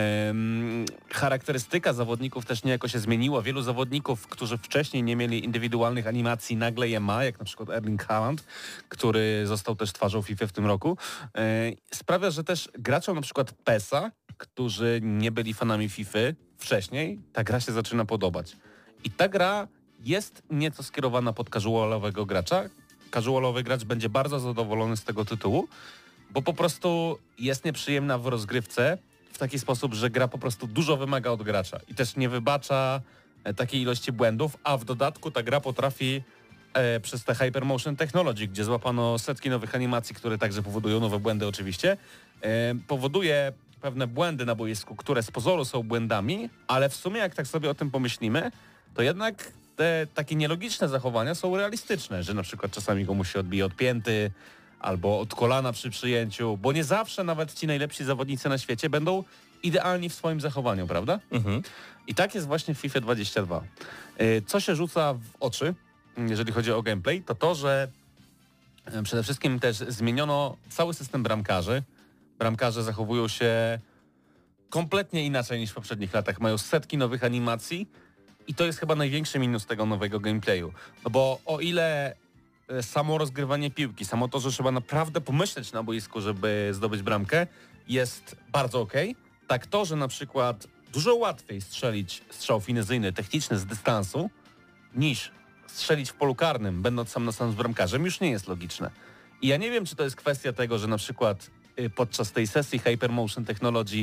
charakterystyka zawodników też niejako się zmieniła. Wielu zawodników, którzy wcześniej nie mieli indywidualnych animacji, nagle je ma, jak na przykład Erling Haaland, który został też twarzą FIFA w tym roku. Sprawia, że też graczom na przykład PES-a, którzy nie byli fanami FIFA wcześniej, ta gra się zaczyna podobać. I ta gra jest nieco skierowana pod casualowego gracza. Casualowy gracz będzie bardzo zadowolony z tego tytułu, bo po prostu jest nieprzyjemna w rozgrywce w taki sposób, że gra po prostu dużo wymaga od gracza i też nie wybacza takiej ilości błędów, a w dodatku ta gra potrafi przez te Hypermotion Technology, gdzie złapano setki nowych animacji, które także powodują nowe błędy oczywiście, powoduje pewne błędy na boisku, które z pozoru są błędami, ale w sumie jak tak sobie o tym pomyślimy, to jednak te takie nielogiczne zachowania są realistyczne, że na przykład czasami komuś się odbije od pięty albo od kolana przy przyjęciu, bo nie zawsze nawet ci najlepsi zawodnicy na świecie będą idealni w swoim zachowaniu, prawda? I tak jest właśnie w FIFA 22. Co się rzuca w oczy, jeżeli chodzi o gameplay, to to, że przede wszystkim też zmieniono cały system bramkarzy. Bramkarze zachowują się kompletnie inaczej niż w poprzednich latach. Mają setki nowych animacji i to jest chyba największy minus tego nowego gameplayu. No bo o ile samo rozgrywanie piłki, samo to, że trzeba naprawdę pomyśleć na boisku, żeby zdobyć bramkę, jest bardzo okej, tak to, że na przykład dużo łatwiej strzelić strzał finezyjny, techniczny z dystansu, niż strzelić w polu karnym, będąc sam na sam z bramkarzem, już nie jest logiczne. I ja nie wiem, czy to jest kwestia tego, że na przykład podczas tej sesji Hypermotion Technology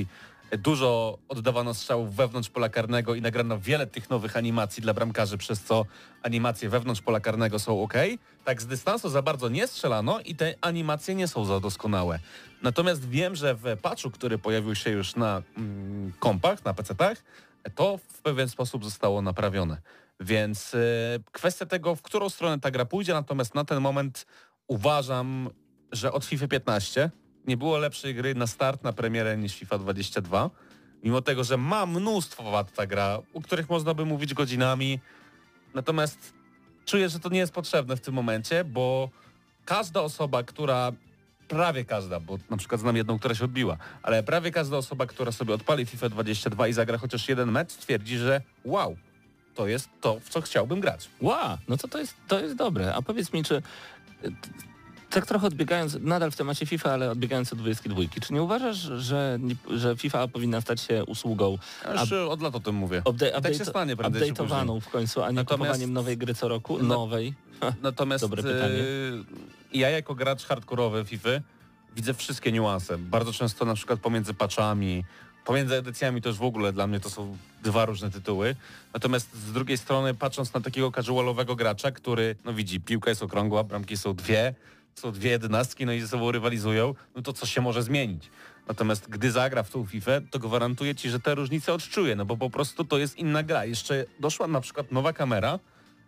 Dużo oddawano strzałów wewnątrz pola karnego i nagrano wiele tych nowych animacji dla bramkarzy, przez co animacje wewnątrz pola karnego są ok. Tak z dystansu za bardzo nie strzelano i te animacje nie są za doskonałe. Natomiast wiem, że w patchu, który pojawił się już na kompach, na PC-tach, to w pewien sposób zostało naprawione. Więc kwestia tego, w którą stronę ta gra pójdzie, natomiast na ten moment uważam, że od FIFA 15 nie było lepszej gry na start, na premierę niż FIFA 22. Mimo tego, że ma mnóstwo wad ta gra, o których można by mówić godzinami. Natomiast czuję, że to nie jest potrzebne w tym momencie, bo każda osoba, prawie każda, bo na przykład znam jedną, która się odbiła, ale prawie każda osoba, która sobie odpali FIFA 22 i zagra chociaż jeden mecz, twierdzi, że wow, to jest to, w co chciałbym grać. Wow, no to jest dobre. A powiedz mi, czy tak trochę odbiegając, nadal w temacie FIFA, ale odbiegając od 22, czy nie uważasz, że FIFA powinna stać się usługą Ja już od lat o tym mówię. Tak się stanie prędzej czy później. Update'owaną w końcu, a nie kupowaniem nowej gry co roku? Nowej. Natomiast dobre pytanie. Ja jako gracz hardkorowy FIFA widzę wszystkie niuanse. Bardzo często na przykład pomiędzy patchami, pomiędzy edycjami to już w ogóle dla mnie to są dwa różne tytuły. Natomiast z drugiej strony patrząc na takiego casualowego gracza, który no widzi, piłka jest okrągła, bramki są dwie jedenastki, no i ze sobą rywalizują, no to co się może zmienić. Natomiast gdy zagra w tą FIFA, to gwarantuję ci, że te różnice odczuje, no bo po prostu to jest inna gra. Jeszcze doszła na przykład nowa kamera,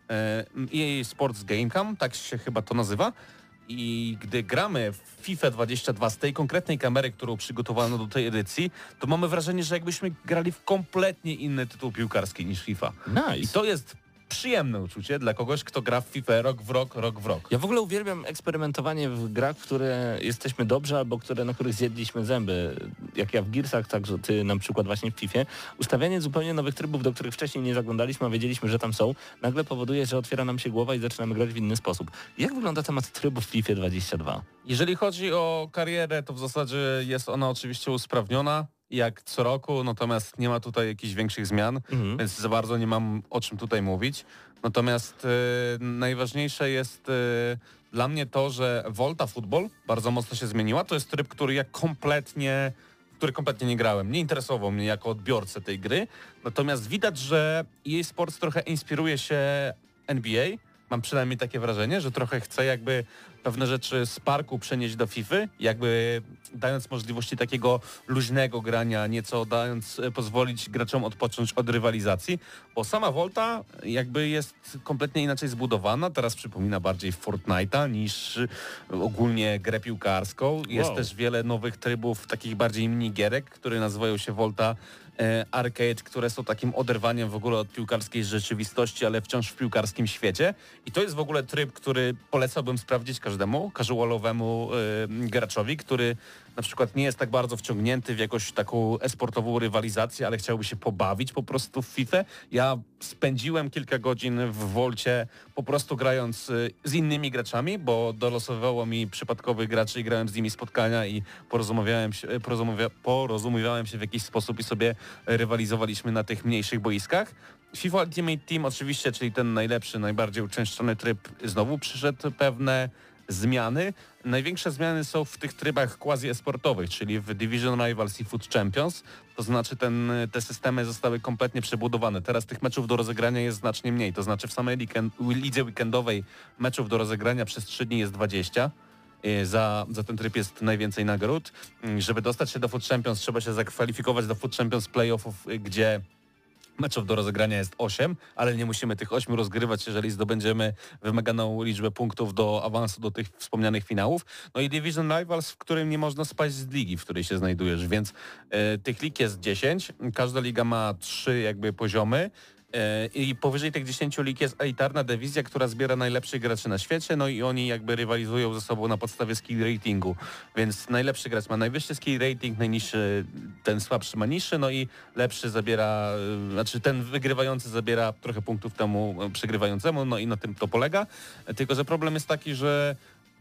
EA Sports Game Cam, tak się chyba to nazywa, i gdy gramy w FIFA 22 z tej konkretnej kamery, którą przygotowano do tej edycji, to mamy wrażenie, że jakbyśmy grali w kompletnie inny tytuł piłkarski niż FIFA. Nice. I to jest przyjemne uczucie dla kogoś, kto gra w FIFA rok w rok. Ja w ogóle uwielbiam eksperymentowanie w grach, w które jesteśmy dobrzy albo na których zjedliśmy zęby. Jak ja w Gearsach, także ty na przykład właśnie w FIFA. Ustawianie zupełnie nowych trybów, do których wcześniej nie zaglądaliśmy, a wiedzieliśmy, że tam są, nagle powoduje, że otwiera nam się głowa i zaczynamy grać w inny sposób. Jak wygląda temat trybów w FIFA 22? Jeżeli chodzi o karierę, to w zasadzie jest ona oczywiście usprawniona jak co roku, natomiast nie ma tutaj jakichś większych zmian, więc za bardzo nie mam o czym tutaj mówić. Natomiast najważniejsze jest dla mnie to, że Volta Football bardzo mocno się zmieniła. To jest tryb, który kompletnie nie grałem. Nie interesował mnie jako odbiorcę tej gry. Natomiast widać, że EA Sports trochę inspiruje się NBA. Mam przynajmniej takie wrażenie, że trochę chce jakby pewne rzeczy z parku przenieść do FIFA, jakby dając możliwości takiego luźnego grania, nieco pozwolić graczom odpocząć od rywalizacji, bo sama Volta jakby jest kompletnie inaczej zbudowana, teraz przypomina bardziej Fortnite'a niż ogólnie grę piłkarską. Jest też wiele nowych trybów, takich bardziej minigierek, które nazywają się Volta Arcade, które są takim oderwaniem w ogóle od piłkarskiej rzeczywistości, ale wciąż w piłkarskim świecie. I to jest w ogóle tryb, który polecałbym sprawdzić każdemu casualowemu graczowi, który na przykład nie jest tak bardzo wciągnięty w jakąś taką esportową rywalizację, ale chciałby się pobawić po prostu w FIFA. Ja spędziłem kilka godzin w Volcie po prostu grając z innymi graczami, bo dolosowywało mi przypadkowych graczy i grałem z nimi spotkania i porozumiewałem się w jakiś sposób i sobie rywalizowaliśmy na tych mniejszych boiskach. FIFA Ultimate Team oczywiście, czyli ten najlepszy, najbardziej uczęszczony tryb, znowu przyszedł pewne zmiany. Największe zmiany są w tych trybach quasi-esportowych, czyli w Division Rivals i Foot Champions. To znaczy te systemy zostały kompletnie przebudowane. Teraz tych meczów do rozegrania jest znacznie mniej. To znaczy w samej lidze weekendowej meczów do rozegrania przez 3 dni jest 20. Za ten tryb jest najwięcej nagród. Żeby dostać się do Foot Champions, trzeba się zakwalifikować do Foot Champions Playoffów, gdzie meczów do rozegrania jest 8, ale nie musimy tych 8 rozgrywać, jeżeli zdobędziemy wymaganą liczbę punktów do awansu do tych wspomnianych finałów. No i Division Rivals, w którym nie można spaść z ligi, w której się znajdujesz, więc tych lig jest 10. Każda liga ma 3 jakby poziomy. I powyżej tych 10 lig jest elitarna dywizja, która zbiera najlepszych graczy na świecie, no i oni jakby rywalizują ze sobą na podstawie skill ratingu, więc najlepszy gracz ma najwyższy skill rating, najniższy, ten słabszy ma niższy, no i lepszy zabiera, znaczy ten wygrywający zabiera trochę punktów temu przegrywającemu, no i na tym to polega, tylko że problem jest taki, że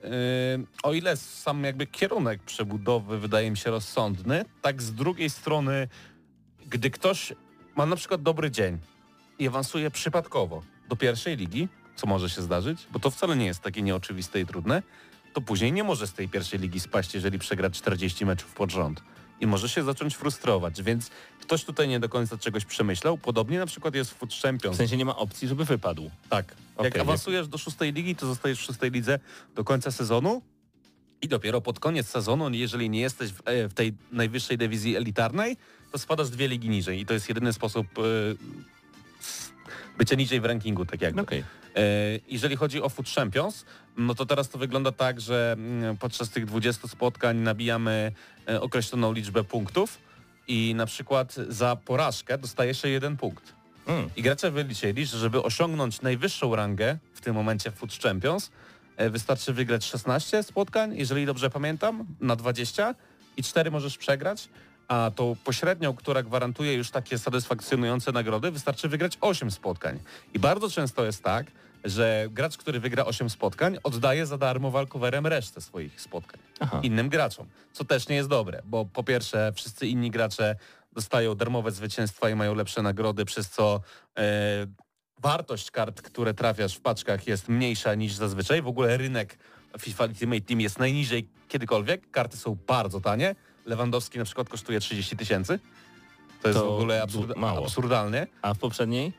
o ile sam jakby kierunek przebudowy wydaje mi się rozsądny, tak z drugiej strony, gdy ktoś ma na przykład dobry dzień i awansuje przypadkowo do pierwszej ligi, co może się zdarzyć, bo to wcale nie jest takie nieoczywiste i trudne, to później nie może z tej pierwszej ligi spaść, jeżeli przegra 40 meczów pod rząd. i może się zacząć frustrować, więc ktoś tutaj nie do końca czegoś przemyślał. Podobnie na przykład jest w Food Champions. W sensie nie ma opcji, żeby wypadł. Tak. Jak Okej, awansujesz do 6. ligi, to zostajesz w 6. lidze do końca sezonu i dopiero pod koniec sezonu, jeżeli nie jesteś w tej najwyższej dywizji elitarnej, to spadasz 2 ligi niżej i to jest jedyny sposób bycia niżej w rankingu, tak jakby. Okej. Jeżeli chodzi o Food Champions, no to teraz to wygląda tak, że podczas tych 20 spotkań nabijamy określoną liczbę punktów i na przykład za porażkę dostaje się 1 punkt. I gracze wyliczyli, że żeby osiągnąć najwyższą rangę w tym momencie w Food Champions, wystarczy wygrać 16 spotkań, jeżeli dobrze pamiętam, na 20 i 4 możesz przegrać, a tą pośrednią, która gwarantuje już takie satysfakcjonujące nagrody, wystarczy wygrać 8 spotkań. I bardzo często jest tak, że gracz, który wygra 8 spotkań, oddaje za darmo walkowerem resztę swoich spotkań innym graczom, co też nie jest dobre, bo po pierwsze wszyscy inni gracze dostają darmowe zwycięstwa i mają lepsze nagrody, przez co wartość kart, które trafiasz w paczkach jest mniejsza niż zazwyczaj. W ogóle rynek FIFA Ultimate Team jest najniżej kiedykolwiek. Karty są bardzo tanie. Lewandowski na przykład kosztuje 30 000. To jest w ogóle absurdalnie. A w poprzedniej?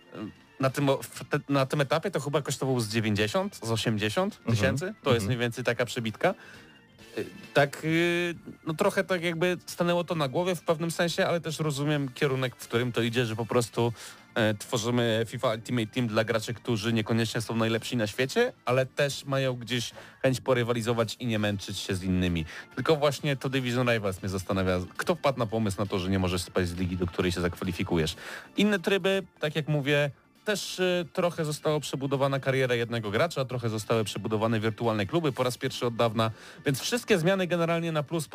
Na tym etapie to chyba kosztował z 90, z 80 tysięcy. To jest mniej więcej taka przebitka. Tak, no trochę tak jakby stanęło to na głowie w pewnym sensie, ale też rozumiem kierunek, w którym to idzie, że po prostu tworzymy FIFA Ultimate Team dla graczy, którzy niekoniecznie są najlepsi na świecie, ale też mają gdzieś chęć porywalizować i nie męczyć się z innymi. Tylko właśnie to Division Rivals mnie zastanawia, kto wpadł na pomysł na to, że nie możesz spać z ligi, do której się zakwalifikujesz. Inne tryby, tak jak mówię, też trochę została przebudowana kariera jednego gracza, trochę zostały przebudowane wirtualne kluby po raz pierwszy od dawna, więc wszystkie zmiany generalnie na plus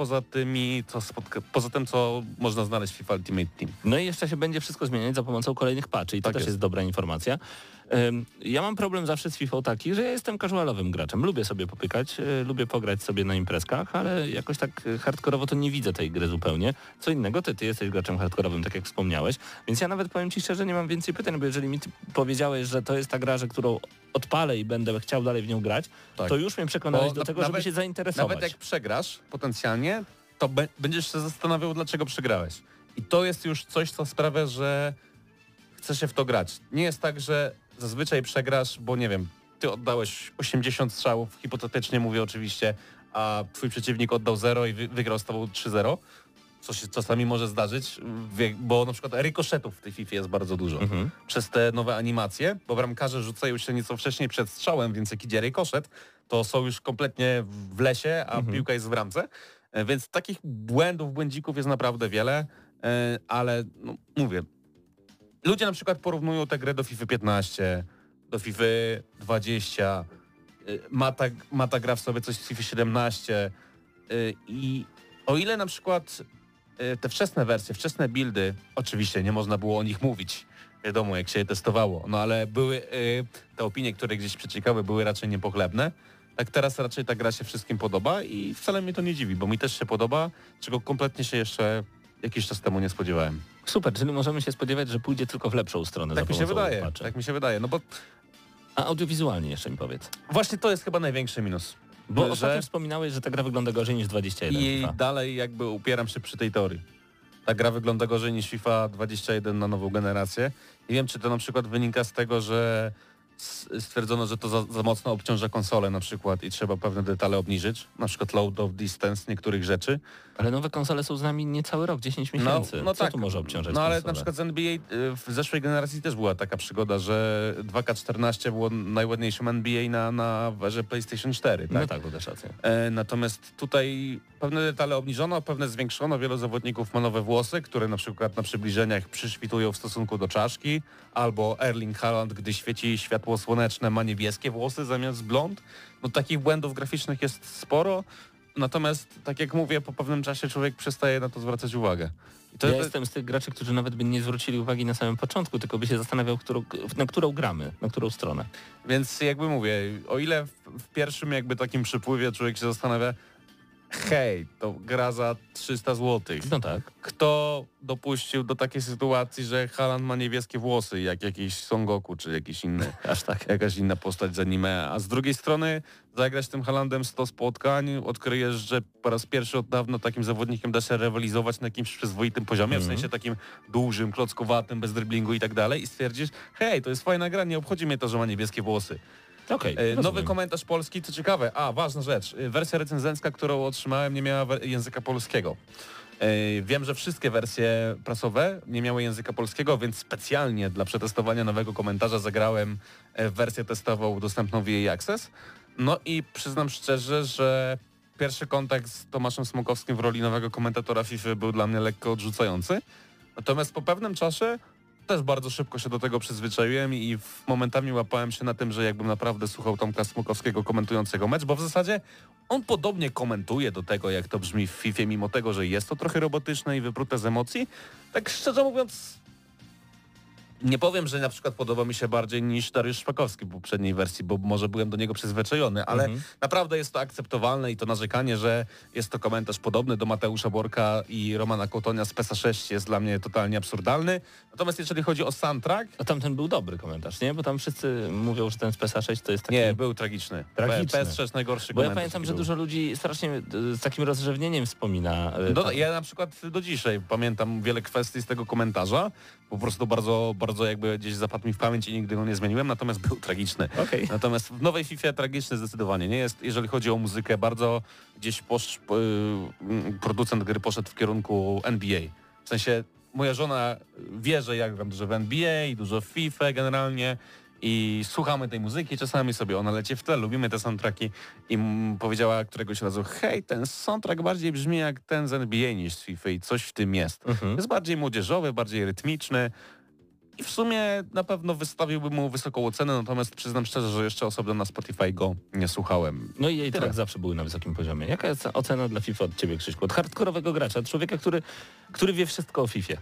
poza tym, co można znaleźć w FIFA Ultimate Team. No i jeszcze się będzie wszystko zmieniać za pomocą kolejnych patchy i to Tak też jest dobra informacja. Ja mam problem zawsze z FIFA taki, że ja jestem casualowym graczem. Lubię sobie popykać, lubię pograć sobie na imprezkach, ale jakoś tak hardkorowo to nie widzę tej gry zupełnie. Co innego, ty jesteś graczem hardkorowym, tak jak wspomniałeś, więc ja nawet powiem ci szczerze, nie mam więcej pytań, bo jeżeli mi ty powiedziałeś, że to jest ta gra, którą odpalę i będę chciał dalej w nią grać, to już mnie przekonałeś do tego, żeby się zainteresować. Nawet jak przegrasz potencjalnie, to będziesz się zastanawiał, dlaczego przegrałeś. I to jest już coś, co sprawia, że chce się w to grać. Nie jest tak, że zazwyczaj przegrasz, bo nie wiem, ty oddałeś 80 strzałów, hipotetycznie mówię oczywiście, a twój przeciwnik oddał 0 i wygrał z tobą 3-0, co się czasami może zdarzyć, bo na przykład rykoszetów w tej FIFA jest bardzo dużo. Przez te nowe animacje, bo bramkarze rzucają się nieco wcześniej przed strzałem, więc jak idzie rykoszet, to są już kompletnie w lesie, a piłka jest w bramce. Więc takich błędzików jest naprawdę wiele, ale no, mówię, ludzie na przykład porównują tę grę do FIFA 15, do FIFA 20, Mata gra w sobie coś z FIFA 17 i o ile na przykład te wczesne wersje, wczesne buildy, oczywiście nie można było o nich mówić, wiadomo jak się je testowało, no ale były te opinie, które gdzieś przeciekały, były raczej niepochlebne. Tak teraz raczej ta gra się wszystkim podoba i wcale mnie to nie dziwi, bo mi też się podoba, czego kompletnie się jeszcze jakiś czas temu nie spodziewałem. Super, czyli możemy się spodziewać, że pójdzie tylko w lepszą stronę. Tak mi się wydaje, no bo... A audiowizualnie jeszcze mi powiedz. Właśnie to jest chyba największy minus. Bo ostatnio wspominałeś, że ta gra wygląda gorzej niż 21. I FIFA. dalej jakby upieram się przy tej teorii. Ta gra wygląda gorzej niż FIFA 21 na nową generację. Nie wiem, czy to na przykład wynika z tego, że stwierdzono, że to za mocno obciąża konsolę na przykład i trzeba pewne detale obniżyć, na przykład load of distance niektórych rzeczy. Ale nowe konsole są z nami niecały rok, 10 miesięcy. No co tak, tu może obciążać no ale konsolę? na przykład z NBA w zeszłej generacji też była taka przygoda, że 2K14 było najładniejszym NBA na erze PlayStation 4. Tak? No tak, też rację. Natomiast tutaj pewne detale obniżono, pewne zwiększono. Wielu zawodników ma nowe włosy, które na przykład na przybliżeniach przyświtują w stosunku do czaszki, albo Erling Haaland, gdy świeci światło słoneczne, ma niebieskie włosy zamiast blond. No takich błędów graficznych jest sporo. Natomiast, tak jak mówię, po pewnym czasie człowiek przestaje na to zwracać uwagę. Ja jestem z tych graczy, którzy nawet by nie zwrócili uwagi na samym początku, tylko by się zastanawiał, na którą gramy, na którą stronę. Więc jakby mówię, o ile w pierwszym jakby takim przypływie człowiek się zastanawia, hej, to gra za 300 zł. No tak. Kto dopuścił do takiej sytuacji, że Haaland ma niebieskie włosy, jak jakiś Son Goku, czy jakiś inny, Aż tak. jakaś inna postać z anime, a z drugiej strony zagrać tym Haalandem 100 spotkań, odkryjesz, że po raz pierwszy od dawna takim zawodnikiem da się rywalizować na jakimś przyzwoitym poziomie, w sensie takim dużym, klockowatym, bez driblingu i tak dalej i stwierdzisz, hej, to jest fajna gra, nie obchodzi mnie to, że ma niebieskie włosy. Okej, Nowy rozumiem. komentarz polski, co ciekawe, ważna rzecz, wersja recenzencka, którą otrzymałem, nie miała języka polskiego. Wiem, że wszystkie wersje prasowe nie miały języka polskiego, więc specjalnie dla przetestowania nowego komentarza zagrałem wersję testową dostępną w EA Access. No i przyznam szczerze, że pierwszy kontakt z Tomaszem Smokowskim w roli nowego komentatora FIFA był dla mnie lekko odrzucający. Natomiast po pewnym czasie też bardzo szybko się do tego przyzwyczaiłem i momentami łapałem się na tym, że jakbym naprawdę słuchał Tomka Smokowskiego komentującego mecz, bo w zasadzie on podobnie komentuje do tego, jak to brzmi w FIFA, mimo tego, że jest to trochę robotyczne i wyprute z emocji. Tak szczerze mówiąc, nie powiem, że na przykład podoba mi się bardziej niż Dariusz Szpakowski w poprzedniej wersji, bo może byłem do niego przyzwyczajony, ale naprawdę jest to akceptowalne i to narzekanie, że jest to komentarz podobny do Mateusza Borka i Romana Kołtonia z PESA 6 jest dla mnie totalnie absurdalny. Natomiast jeżeli chodzi o soundtrack... A tamten był dobry komentarz, nie? Bo tam wszyscy mówią, że ten z PESA 6 to jest taki... Nie, był tragiczny. Tragiczny. PS6 najgorszy Bo ja komentarz. pamiętam, że był. dużo ludzi strasznie z takim rozrzewnieniem wspomina. No, ja na przykład do dzisiaj pamiętam wiele kwestii z tego komentarza. Po prostu bardzo, bardzo jakby gdzieś zapadł mi w pamięć i nigdy go nie zmieniłem, natomiast był tragiczny. Okej. Natomiast w nowej FIFA tragiczny zdecydowanie nie jest. Jeżeli chodzi o muzykę, bardzo gdzieś producent gry poszedł w kierunku NBA. W sensie moja żona wie, że ja gram dużo w NBA, dużo w FIFA generalnie i słuchamy tej muzyki, czasami sobie ona leci w tle, lubimy te soundtracki i powiedziała któregoś razu, hej, ten soundtrack bardziej brzmi jak ten z NBA niż z FIFA i coś w tym jest. Jest bardziej młodzieżowy, bardziej rytmiczny i w sumie na pewno wystawiłbym mu wysoką ocenę, natomiast przyznam szczerze, że jeszcze osobno na Spotify go nie słuchałem. No i jej Tyle. tak zawsze były na wysokim poziomie. Jaka jest ocena dla FIFA od ciebie, Krzyśku? Od hardkorowego gracza, od człowieka, który wie wszystko o FIFA.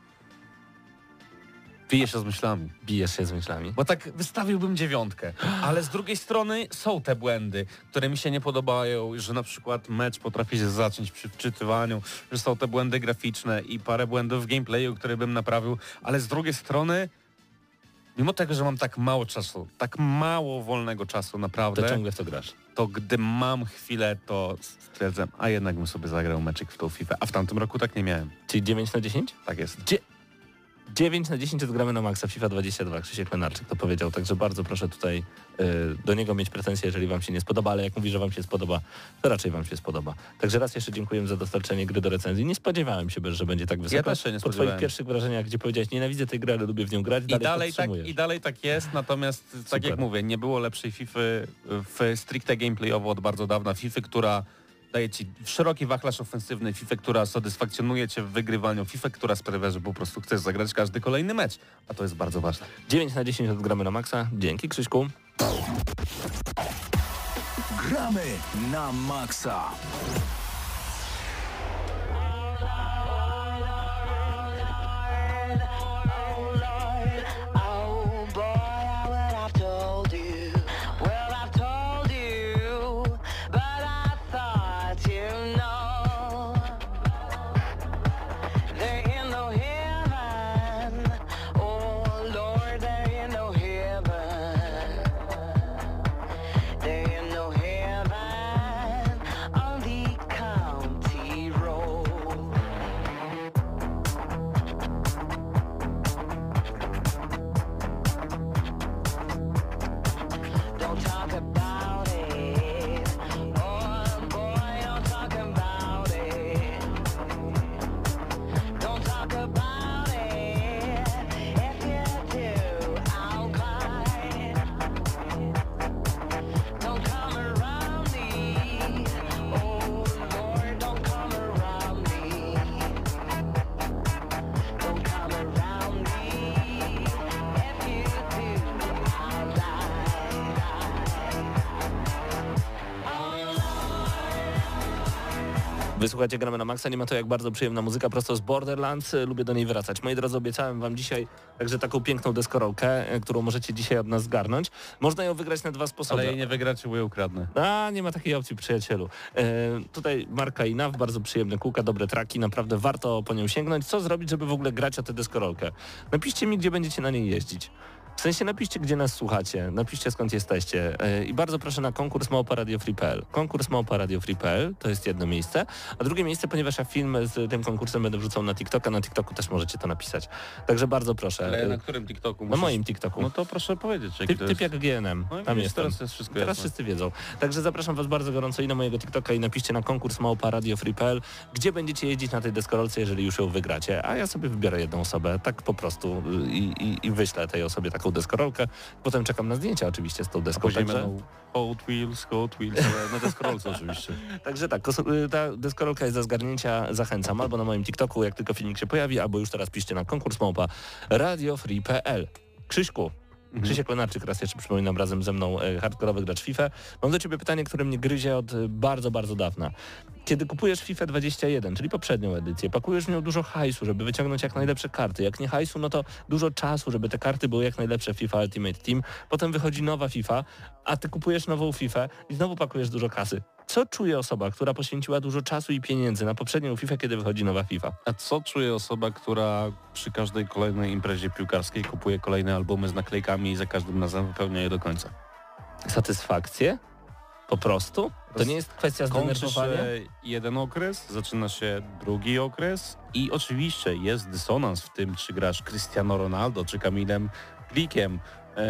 Piję się z myślami. Bijesz się z myślami. Bo tak wystawiłbym 9, ale z drugiej strony są te błędy, które mi się nie podobają, że na przykład mecz potrafi się zacząć przy wczytywaniu, że są te błędy graficzne i parę błędów w gameplayu, które bym naprawił, ale z drugiej strony, mimo tego, że mam tak mało czasu, tak mało wolnego czasu naprawdę, To ciągle w to grasz. to gdy mam chwilę, to stwierdzam, a jednak bym sobie zagrał meczyk w tą FIFA, a w tamtym roku tak nie miałem. Czyli 9 na 10? Tak jest. 9 na 10 odgramy na maksa FIFA 22. Krzysiek Lenarczyk to powiedział, także bardzo proszę tutaj do niego mieć pretensje, jeżeli wam się nie spodoba, ale jak mówi, że wam się spodoba, to raczej wam się spodoba. Także raz jeszcze dziękuję za dostarczenie gry do recenzji. Nie spodziewałem się, że będzie tak wysoko. Ja też się nie Po spodziewałem. twoich pierwszych wrażeniach, gdzie powiedziałeś, nienawidzę tej gry, ale lubię w nią grać, I dalej tak jest, natomiast tak Super. jak mówię, nie było lepszej FIFA w stricte gameplayowo od bardzo dawna. FIFA, która daje ci szeroki wachlarz ofensywny, FIFA, która satysfakcjonuje cię w wygrywaniu, FIFA, która sprawia, że po prostu chcesz zagrać każdy kolejny mecz, a to jest bardzo ważne. 9 na 10 odgramy na maksa. Dzięki, Krzyśku. Gramy na maksa. There ain't no heaven on the Wysłuchajcie, gramy na maksa, nie ma to jak bardzo przyjemna muzyka prosto z Borderlands, lubię do niej wracać. Moi drodzy, obiecałem wam dzisiaj także taką piękną deskorolkę, którą możecie dzisiaj od nas zgarnąć. Można ją wygrać na dwa sposoby. Ale jej nie wygracie, bo je ukradnę. Nie ma takiej opcji, przyjacielu. Tutaj marka INAV, bardzo przyjemne kółka, dobre traki, naprawdę warto po nią sięgnąć. Co zrobić, żeby w ogóle grać o tę deskorolkę? Napiszcie mi, gdzie będziecie na niej jeździć. W sensie napiszcie, gdzie nas słuchacie, napiszcie, skąd jesteście i bardzo proszę na konkurs @radiofree.pl. Konkurs @radiofree.pl to jest jedno miejsce, a drugie miejsce, ponieważ ja film z tym konkursem będę wrzucał na TikToka, na TikToku też możecie to napisać. Także bardzo proszę. Ale na którym TikToku? Na moim TikToku. No to proszę powiedzieć, jaki to jest. Typ jak GNM, No i tam wiesz, jest. teraz jest wszystko Teraz jasne. wszyscy wiedzą. Także zapraszam was bardzo gorąco i na mojego TikToka i napiszcie na konkurs @radiofree.pl, gdzie będziecie jeździć na tej deskorolce, jeżeli już ją wygracie, a ja sobie wybiorę jedną osobę, tak po prostu i wyślę tej osobie taką deskorolkę. Potem czekam na zdjęcia oczywiście z tą deską. Później Także, będą Hot Wheels, ale na deskorolce oczywiście. także tak, ta deskorolka jest do zgarnięcia, zachęcam albo na moim TikToku, jak tylko filmik się pojawi, albo już teraz piszcie na konkurs @radiofree.pl. Krzyśku, Krzysiek Lenarczyk, raz jeszcze przypominam, razem ze mną hardkorowy gracz FIFA. Mam do ciebie pytanie, które mnie gryzie od bardzo, bardzo dawna. Kiedy kupujesz FIFA 21, czyli poprzednią edycję, pakujesz w nią dużo hajsu, żeby wyciągnąć jak najlepsze karty. Jak nie hajsu, no to dużo czasu, żeby te karty były jak najlepsze w FIFA Ultimate Team. Potem wychodzi nowa FIFA, a ty kupujesz nową FIFA i znowu pakujesz dużo kasy. Co czuje osoba, która poświęciła dużo czasu i pieniędzy na poprzednią FIFA, kiedy wychodzi nowa FIFA? A co czuje osoba, która przy każdej kolejnej imprezie piłkarskiej kupuje kolejne albumy z naklejkami i za każdym razem wypełnia je do końca? Satysfakcję? Po prostu? To nie jest kwestia Kończy zdenerwowania? się jeden okres, zaczyna się drugi okres i oczywiście jest dysonans w tym, czy grasz Cristiano Ronaldo, czy Kamilem Glikiem.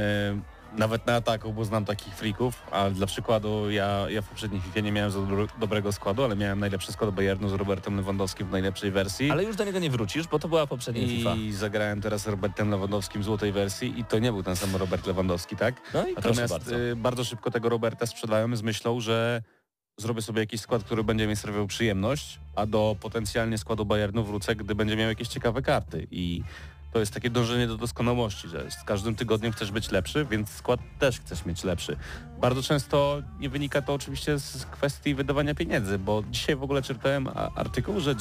Nawet na ataku, bo znam takich freaków, ale dla przykładu ja w poprzedniej FIFA nie miałem za dobrego składu, ale miałem najlepszy skład Bayernu z Robertem Lewandowskim w najlepszej wersji. Ale już do niego nie wrócisz, bo to była poprzednia FIFA. I zagrałem teraz z Robertem Lewandowskim w złotej wersji i to nie był ten sam Robert Lewandowski, tak? No i proszę Natomiast bardzo. bardzo szybko tego Roberta sprzedają z myślą, że zrobię sobie jakiś skład, który będzie mi sprawiał przyjemność, a do potencjalnie składu Bayernu wrócę, gdy będzie miał jakieś ciekawe karty. I to jest takie dążenie do doskonałości, że z każdym tygodniem chcesz być lepszy, więc skład też chcesz mieć lepszy. Bardzo często nie wynika to oczywiście z kwestii wydawania pieniędzy, bo dzisiaj w ogóle czytałem artykuł, że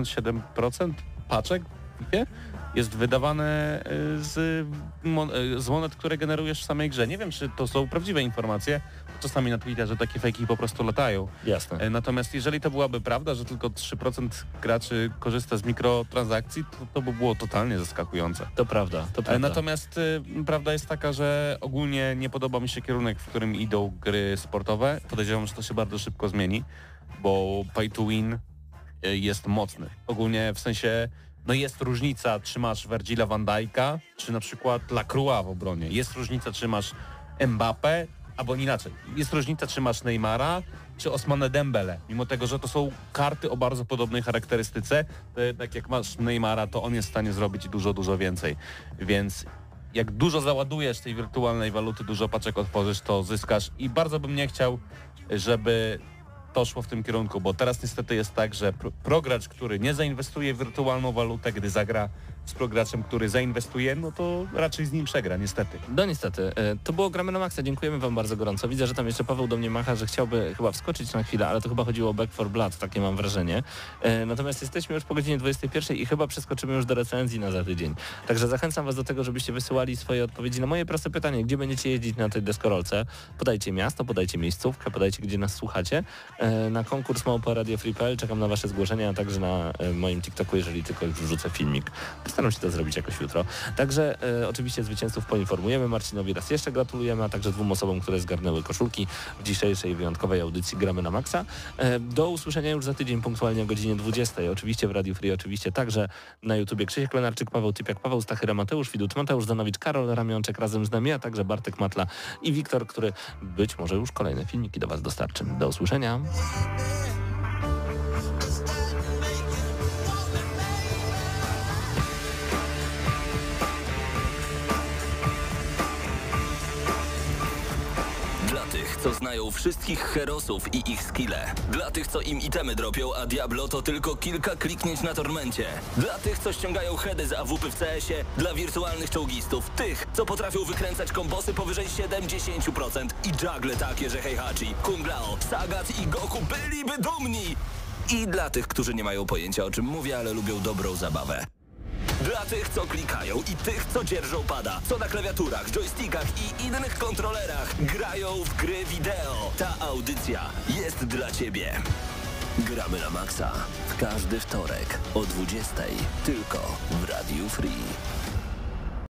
97% paczek w FIFA jest wydawane z monet, które generujesz w samej grze. Nie wiem, czy to są prawdziwe informacje, bo czasami na Twitterze takie fejki po prostu latają. Jasne. Natomiast jeżeli to byłaby prawda, że tylko 3% graczy korzysta z mikrotransakcji, to by było totalnie zaskakujące. To prawda, to prawda. Natomiast prawda jest taka, że ogólnie nie podoba mi się kierunek, w którym idą gry sportowe. Podejrzewam, że to się bardzo szybko zmieni, bo pay to win jest mocny. Ogólnie w sensie, no jest różnica, czy masz Virgila van Dijk'a, czy na przykład Lacroix w obronie. Jest różnica, czy masz Mbappé, albo inaczej. Jest różnica, czy masz Neymara, czy Ousmane Dembele. Mimo tego, że to są karty o bardzo podobnej charakterystyce, to jednak jak masz Neymara, to on jest w stanie zrobić dużo, dużo więcej. Więc jak dużo załadujesz tej wirtualnej waluty, dużo paczek otworzysz, to zyskasz. I bardzo bym nie chciał, żeby to szło w tym kierunku, bo teraz niestety jest tak, że progracz, który nie zainwestuje w wirtualną walutę, gdy zagra z prograczem, który zainwestuje, no to raczej z nim przegra, niestety. No niestety. To było Gramy na Maxa. Dziękujemy wam bardzo gorąco. Widzę, że tam jeszcze Paweł do mnie macha, że chciałby chyba wskoczyć na chwilę, ale to chyba chodziło o Back 4 Blood, takie mam wrażenie. Natomiast jesteśmy już po godzinie 21 i chyba przeskoczymy już do recenzji na za tydzień. Także zachęcam was do tego, żebyście wysyłali swoje odpowiedzi na moje proste pytanie, gdzie będziecie jeździć na tej deskorolce. Podajcie miasto, podajcie miejscówkę, podajcie, gdzie nas słuchacie. Na konkurs @radiofree.pl czekam na wasze zgłoszenia, a także na moim TikToku, jeżeli tylko już wrzucę filmik. Postaram się to zrobić jakoś jutro. Także oczywiście zwycięzców poinformujemy. Marcinowi raz jeszcze gratulujemy, a także 2 osobom, które zgarnęły koszulki w dzisiejszej wyjątkowej audycji Gramy na Maxa. Do usłyszenia już za tydzień punktualnie o godzinie 20. Oczywiście w Radio Free, oczywiście także na YouTubie Krzysiek Lenarczyk, Paweł Typiak, Paweł Stachyra, Mateusz Widut, Mateusz Zanowicz, Karol Ramionczek razem z nami, a także Bartek Matla i Wiktor, który być może już kolejne filmiki do was dostarczy. Do usłyszenia. Dla tych, co znają wszystkich herosów i ich skille. Dla tych, co im itemy dropią, a Diablo to tylko kilka kliknięć na tormencie. Dla tych, co ściągają heady z AWP w CS-ie. Dla wirtualnych czołgistów. Tych, co potrafią wykręcać kombosy powyżej 70% i juggle takie, że Heihachi, Kung Lao, Sagat i Goku byliby dumni. I dla tych, którzy nie mają pojęcia, o czym mówię, ale lubią dobrą zabawę. Dla tych, co klikają i tych, co dzierżą pada, co na klawiaturach, joystickach i innych kontrolerach grają w gry wideo. Ta audycja jest dla Ciebie. Gramy na Maxa w każdy wtorek o 20:00 tylko w Radiu Free.